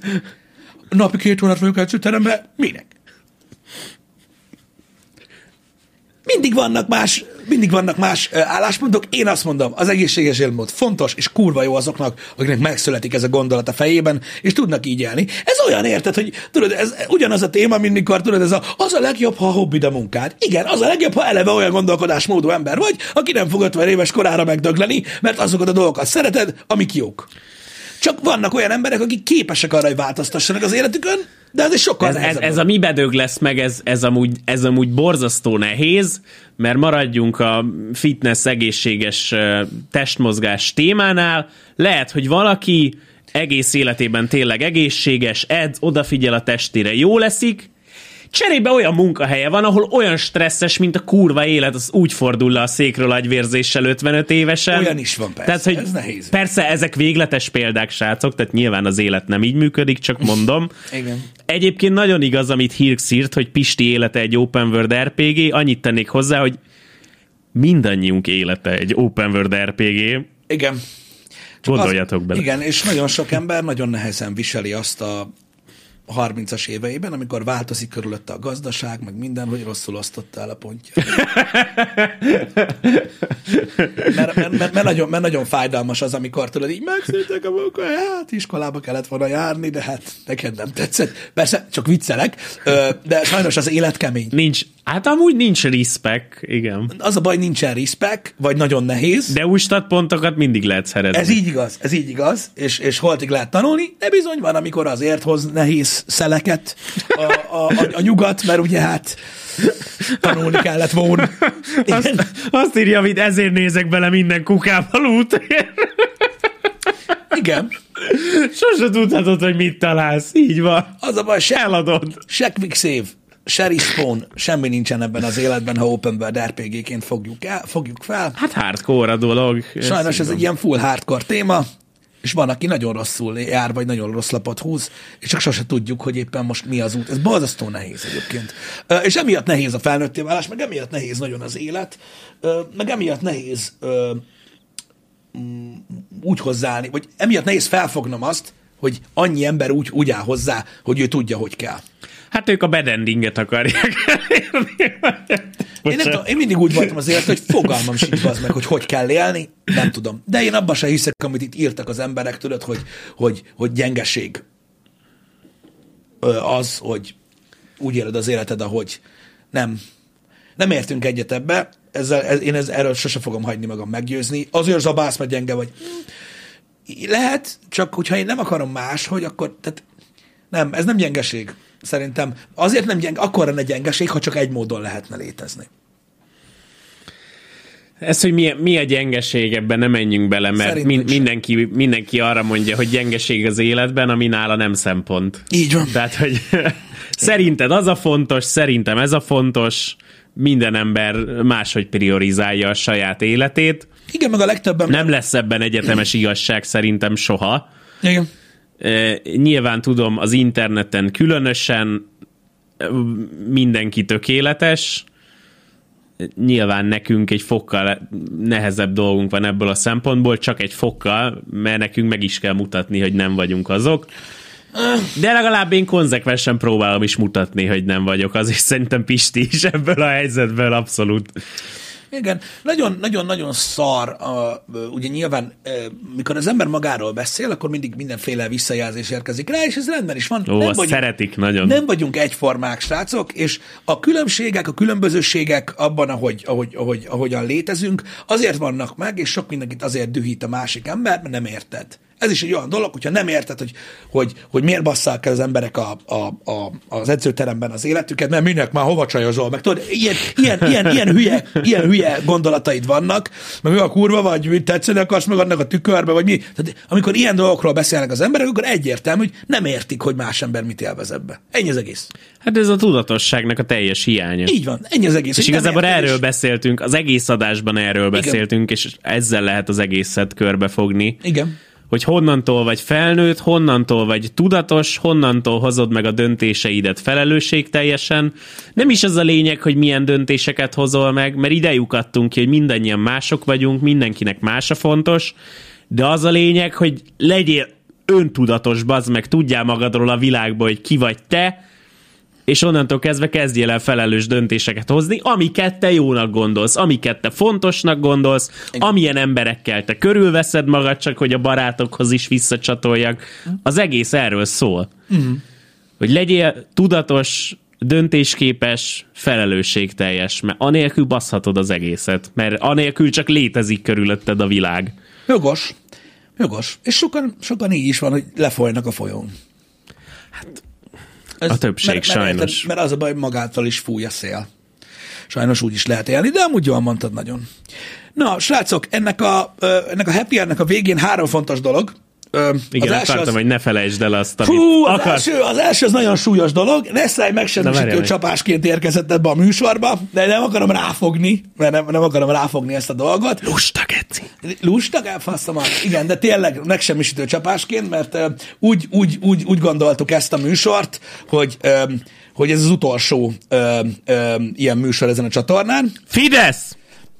Napi 2 órát vagyok edzőteremben, minek? mindig vannak más álláspontok. Én azt mondom, az egészséges életmód fontos, és kurva jó azoknak, akiknek megszületik ez a gondolat a fejében, és tudnak így élni. Ez olyan, érted, hogy tudod, ez ugyanaz a téma, mint mikor tudod, az a legjobb, ha a hobbid a munkád. Igen, az a legjobb, ha eleve olyan gondolkodásmódú ember vagy, aki nem fog 50 éves korára megdögleni, mert azokat a dolgokat szereted, amik jók. Csak vannak olyan emberek, akik képesek arra, hogy változtassanak az életükön, de ez is sokkal nehezebb. Ez a mi bedög lesz meg, ez amúgy borzasztó nehéz, mert maradjunk a fitness, egészséges testmozgás témánál. Lehet, hogy valaki egész életében tényleg egészséges, edz, odafigyel a testére, jó leszik, cserébe olyan munkahelye van, ahol olyan stresszes, mint a kurva élet, az úgy fordul le a székről agyvérzéssel 55 évesen. Olyan is van, persze, tehát, hogy ez nehéz. Persze ezek végletes példák, srácok, tehát nyilván az élet nem így működik, csak mondom. Igen. Egyébként nagyon igaz, amit Hirx írt, hogy Pisti élete egy open world RPG, annyit tennék hozzá, hogy mindannyiunk élete egy open world RPG. Igen. Gondoljatok bele. Igen, és nagyon sok ember nagyon nehezen viseli azt a 30-as éveiben, amikor változik körülötte a gazdaság, meg minden, hogy rosszul osztotta el a pontját. mert nagyon fájdalmas az, amikor tudod, így megszűntek a munkahelyet, iskolába kellett volna járni, de hát neked nem tetszett. Persze, csak viccelek, de sajnos az élet kemény. Hát amúgy nincs respect, igen. Az a baj, nincsen respect, vagy nagyon nehéz. De új statpontokat mindig lehet szerezni. Ez így igaz, és holtig lehet tanulni, de bizony van, amikor azért hoz nehéz szeleket a nyugat, mert ugye hát tanulni kellett volna. Azt írja, hogy ezért nézek bele minden kukával útért. Igen. Sose tudhatod, hogy mit találsz. Így van. Az a baj, eladod. Se quick save, se respawn, semmi nincsen ebben az életben, ha open world RPG-ként fogjuk fel. Hát hardcore a dolog. Sajnos ez egy ilyen full hardcore téma, és van, aki nagyon rosszul jár, vagy nagyon rossz lapot húz, és csak sose tudjuk, hogy éppen most mi az út. Ez borzasztó nehéz egyébként. És emiatt nehéz a felnőtté válás, meg emiatt nehéz nagyon az élet, meg emiatt nehéz úgy hozzáállni, vagy emiatt nehéz felfognom azt, hogy annyi ember úgy áll hozzá, hogy ő tudja, hogy kell. Hát ők a bad endinget akarják. Én mindig úgy voltam az élet, hogy fogalmam sincs az meg, hogy kell élni, nem tudom. De én abban se hiszek, amit itt írtak az emberek, tudod, hogy gyengeség az, hogy úgy éled az életed, ahogy nem értünk egyet ebbe. Erről sose fogom hagyni magam meggyőzni. Azért zabálsz, mert gyenge vagy. Lehet, csak hogyha én nem akarom más, hogy akkor, tehát nem, ez nem gyengeség. Szerintem azért nem gyenge, akkor lenne gyengeség, ha csak egy módon lehetne létezni. Ez, hogy mi a gyengeség, ebben nem menjünk bele, mert mindenki arra mondja, hogy gyengeség az életben, ami nála nem szempont. Így van. Tehát, hogy szerinted az a fontos, szerintem ez a fontos, minden ember máshogy priorizálja a saját életét. Igen, meg a legtöbben... Nem lesz ebben egyetemes igazság szerintem soha. Igen. Nyilván tudom, az interneten különösen mindenki tökéletes. Nyilván nekünk egy fokkal nehezebb dolgunk van ebből a szempontból, csak egy fokkal, mert nekünk meg is kell mutatni, hogy nem vagyunk azok. De legalább én konzekvensen próbálom is mutatni, hogy nem vagyok az, és szerintem Pisti is ebből a helyzetből abszolút. Igen, nagyon-nagyon szar, ugye nyilván, mikor az ember magáról beszél, akkor mindig mindenféle visszajelzés érkezik rá, és ez rendben is van. Szeretik nagyon. Nem vagyunk egyformák, srácok, és a különbségek, a különbözőségek abban, ahogyan létezünk, azért vannak meg, és sok mindenkit azért dühít a másik ember, mert nem érted. Ez is egy olyan dolog, hogyha nem érted, hogy miért basszák el az emberek az edzőteremben az életüket, mert minek már hova csajozol, meg tudod, ilyen hülye gondolataid vannak, meg mi a kurva vagy, mit tetszeni akarsz meg annak a tükörbe, vagy mi. Tehát, amikor ilyen dolgokról beszélnek az emberek, akkor egyértelmű, hogy nem értik, hogy más ember mit élvez ebbe. Ennyi az egész. Hát ez a tudatosságnak a teljes hiánya. Így van, ennyi az egész. És igazából erről beszéltünk, az egész adásban erről beszéltünk, és ezzel lehet az egészet körbefogni. Igen. Hogy honnantól vagy felnőtt, honnantól vagy tudatos, honnantól hozod meg a döntéseidet felelősségteljesen. Nem is az a lényeg, hogy milyen döntéseket hozol meg, mert ide lyukadtunk ki, hogy mindannyian mások vagyunk, mindenkinek más a fontos, de az a lényeg, hogy legyél öntudatos, bazd meg, tudjál magadról a világban, hogy ki vagy te, és onnantól kezdve kezdjél el felelős döntéseket hozni, amiket te jónak gondolsz, amiket te fontosnak gondolsz, amilyen emberekkel te körülveszed magad, csak hogy a barátokhoz is visszacsatoljak. Az egész erről szól. Hogy legyél tudatos, döntésképes, felelősségteljes, mert anélkül baszhatod az egészet, mert anélkül csak létezik körülötted a világ. Jogos. És sokan így is van, hogy lefolynak a folyón. Hát a többség sajnos. Mert az a baj, magától is fúj a szél. Sajnos úgy is lehet élni, de amúgy jól mondtad nagyon. Na, srácok, ennek a happy hour-nek a végén 3 fontos dolog. Igen, akartam, hogy ne felejtsd el azt, amit az első az nagyon súlyos dolog. Neszlály megsemmisítő csapásként érkezett ebbe a műsorba, de nem akarom ráfogni, mert nem akarom ráfogni ezt a dolgot. Lusta, geci. Lusta, elfasztam. Igen, de tényleg megsemmisítő csapásként, mert úgy gondoltuk ezt a műsort, hogy ez az utolsó ilyen műsor ezen a csatornán. Fidesz!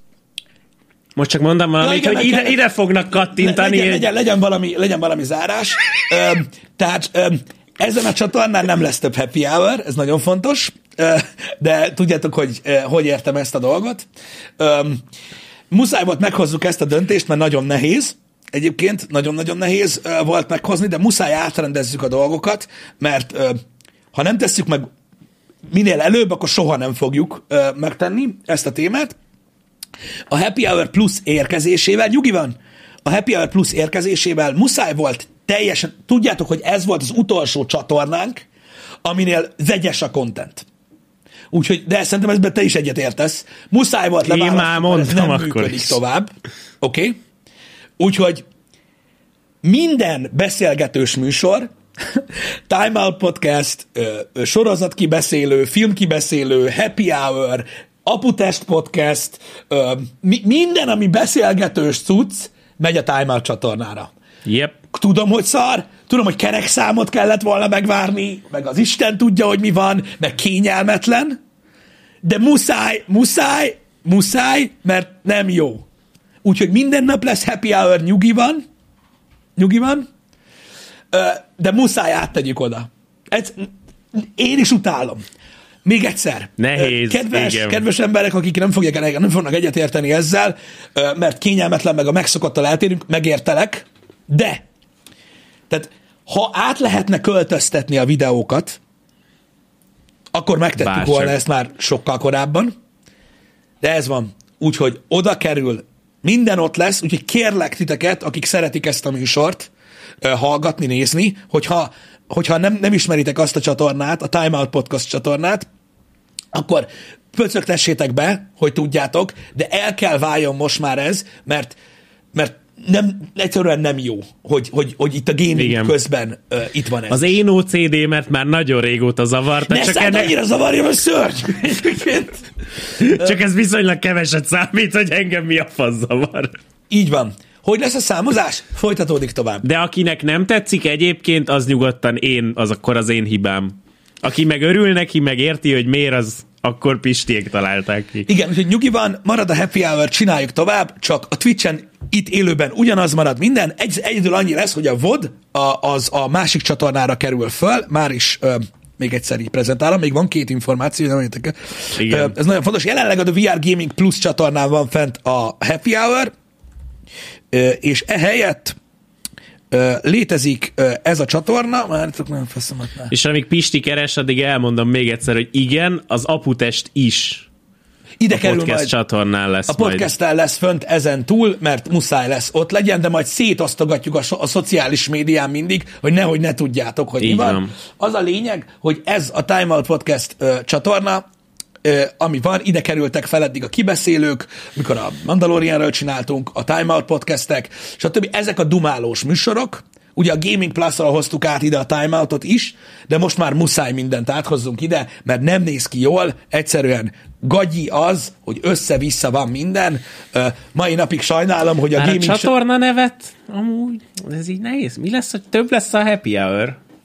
Most csak mondom valamit, ja, igen, hogy ide fognak kattintani. Legyen valami zárás. Tehát ezen a csatornán nem lesz több happy hour, ez nagyon fontos, de tudjátok, hogy értem ezt a dolgot. Muszáj volt meghozzuk ezt a döntést, mert nagyon nehéz. Egyébként nagyon-nagyon nehéz volt meghozni, de muszáj átrendezzük a dolgokat, mert ha nem tesszük meg minél előbb, akkor soha nem fogjuk megtenni ezt a témát. A Happy Hour Plus érkezésével, nyugi van, a Happy Hour Plus érkezésével muszáj volt teljesen, tudjátok, hogy ez volt az utolsó csatornánk, aminél vegyes a content. Úgyhogy, de szerintem ezben te is egyet értesz. Muszáj volt leválasztani, mert ez nem működik tovább. Oké? Úgyhogy minden beszélgetős műsor, Time Out Podcast, sorozatkibeszélő, filmkibeszélő, Happy Hour, Aputest Podcast, minden, ami beszélgetős cucc, megy a Time Out csatornára. Yep. Tudom, hogy szar, tudom, hogy kerekszámot kellett volna megvárni, meg az Isten tudja, hogy mi van, meg kényelmetlen, de muszáj, mert nem jó. Úgyhogy minden nap lesz Happy Hour, nyugi van, de muszáj áttegyük oda. Én is utálom. Még egyszer. Nehéz. Kedves emberek, akik nem fognak egyetérteni ezzel, mert kényelmetlen, meg a megszokottal eltérünk, megértelek, de tehát ha át lehetne költöztetni a videókat, akkor megtettük volna ezt már sokkal korábban, de ez van. Úgyhogy oda kerül, minden ott lesz, úgyhogy kérlek titeket, akik szeretik ezt a műsort, hallgatni, nézni, hogyha nem ismeritek azt a csatornát, a Time Out Podcast csatornát, akkor pöcögtessétek be, hogy tudjátok, de el kell váljon most már ez, mert egyszerűen nem jó, hogy itt a gaming közben itt van ez. Az én OCD-mert már nagyon régóta zavarta. Ne szállt annyira zavarja, mert szörny! Csak ez viszonylag keveset számít, hogy engem mi a fasz zavar. Így van. Hogy lesz a számozás? Folytatódik tovább. De akinek nem tetszik egyébként, az nyugodtan akkor az én hibám. Aki meg örül neki, meg érti, hogy miért, az akkor Pistiék találták ki. Igen, úgyhogy nyugi van, marad a happy hour, csináljuk tovább, csak a Twitchen itt élőben ugyanaz marad minden. Egyedül annyi lesz, hogy a VOD az a másik csatornára kerül föl, már is még egyszer így prezentálom, még van 2 információ, nem értek. Ez nagyon fontos. Jelenleg a VR Gaming Plus csatornán van fent a happy hour, és ehelyett létezik ez a csatorna, már nem feszem. És amíg Pisti keres, addig elmondom még egyszer, hogy igen, az Aputest is ide a kerül podcast majd, csatornán lesz. A podcast-tel lesz fönt ezen túl, mert muszáj lesz ott legyen, de majd szétosztogatjuk a szociális médián mindig, hogy nehogy ne tudjátok, hogy mi van. Az a lényeg, hogy ez a Time Out Podcast csatorna, ami van, ide kerültek fel eddig a kibeszélők, mikor a Mandalorianről csináltunk, a Time Out podcastek, stb. Ezek a dumálós műsorok, ugye a Gaming Plus-ral hoztuk át ide a Time Out-ot is, de most már muszáj mindent áthozzunk ide, mert nem néz ki jól, egyszerűen gagyi az, hogy össze-vissza van minden. Mai napig sajnálom, hogy a már Gaming... a csatorna nevet amúgy, ez így nehéz. Mi lesz, hogy több lesz a Happy Hour?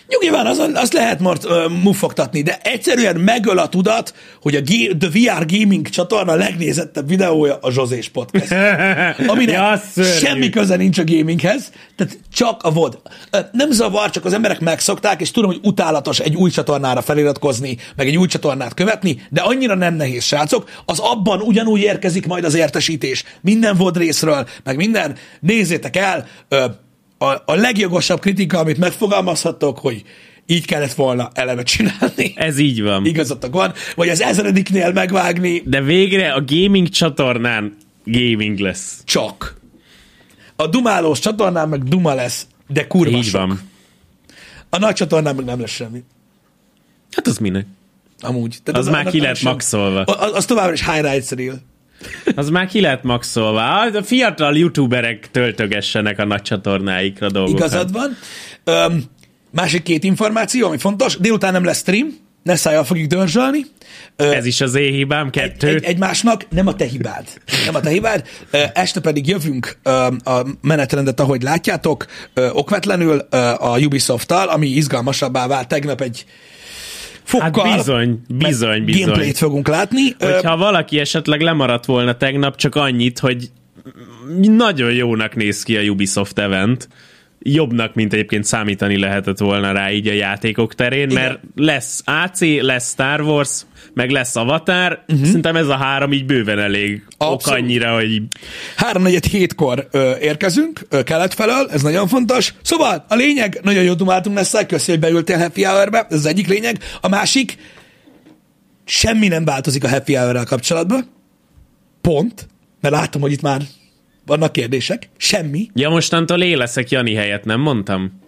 Nyilván azt lehet muffogtatni, de egyszerűen megöl a tudat, hogy a The VR Gaming csatorna legnézettebb videója a Zsozés Podcast. Aminek semmi köze nincs a gaminghez, tehát csak a VOD. Nem zavar, csak az emberek megszokták, és tudom, hogy utálatos egy új csatornára feliratkozni, meg egy új csatornát követni, de annyira nem nehéz, srácok. Az abban ugyanúgy érkezik majd az értesítés. Minden VOD részről, meg minden. Nézzétek el, a legjogosabb kritika, amit megfogalmazhattok, hogy így kellett volna eleve csinálni. Ez így van. Igazatok van. Vagy az 1000-nél megvágni. De végre a gaming csatornán gaming lesz. Csak. A dumálós csatornán meg duma lesz, de kurva így sok. Van. A nagy csatornán meg nem lesz semmi. Hát az minek? Amúgy. Tehát az már ki lett maxolva. Az továbbra is highlights reel. Az már ki lett maxolva. A fiatal youtuberek töltögessenek a nagy csatornáikra dolgokat. Igazad van. Másik 2 információ, ami fontos. Délután nem lesz stream, Nessájjal fogjuk dörzsölni. Ez is az én hibám, 2. Egymásnak nem a te hibád. Nem a te hibád. Este pedig jövünk a menetrendet, ahogy látjátok, okvetlenül a Ubisoft-tal, ami izgalmasabbá vált tegnap egy fokkal. Hát bizony. Gameplayt fogunk látni. Hogyha valaki esetleg lemaradt volna tegnap, csak annyit, hogy nagyon jónak néz ki a Ubisoft event. Jobbnak, mint egyébként számítani lehetett volna rá így a játékok terén, igen. Mert lesz AC, lesz Star Wars, meg lesz Avatar, szerintem ez a 3 így bőven elég ok annyira, hogy... 3:47-kor érkezünk kelet felől, ez nagyon fontos. Szóval a lényeg, nagyon jó dumáltunk lesz, köszi, hogy beültél Happy Hour-be, ez az egyik lényeg. A másik, semmi nem változik a Happy Hour-rel kapcsolatban. Pont, mert látom, hogy itt már vannak kérdések. Semmi. Ja, mostantól én leszek Jani helyett, nem mondtam?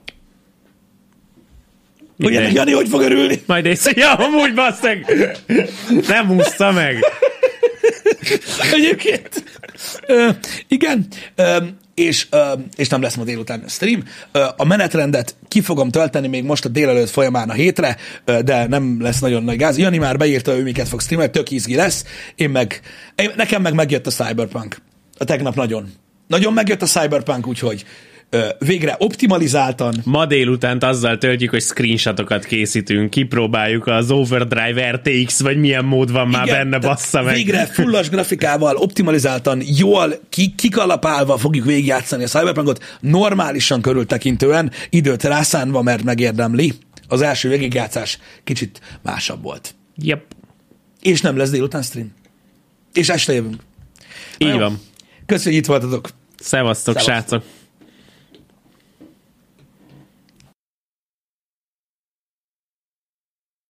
Hogy ennek Jani hogy fog örülni? Majd ja, amúgy basszeg! Nem úszta meg! Egyébként. Igen. És nem lesz ma délután stream. A menetrendet ki fogom tölteni még most a délelőtt folyamán a hétre, de nem lesz nagyon nagy gáz. Jani már beírta, ő miket fog streamelni, tök izgi lesz. Nekem meg megjött a Cyberpunk. A tegnap nagyon megjött a Cyberpunk, úgyhogy végre optimalizáltan. Ma délutánt azzal töltjük, hogy screenshotokat készítünk, kipróbáljuk az Overdrive RTX, vagy milyen mód van már benne, bassza meg. Végre fullas grafikával, optimalizáltan, jól kikalapálva fogjuk végigjátszani a Cyberpunkot, normálisan körültekintően, időt rászánva, mert megérdemli. Az első végigjátszás kicsit másabb volt. Yep. És nem lesz délután stream. És este jövünk. Így van. Köszönjük, hogy itt voltatok. Szevasztok, srácok.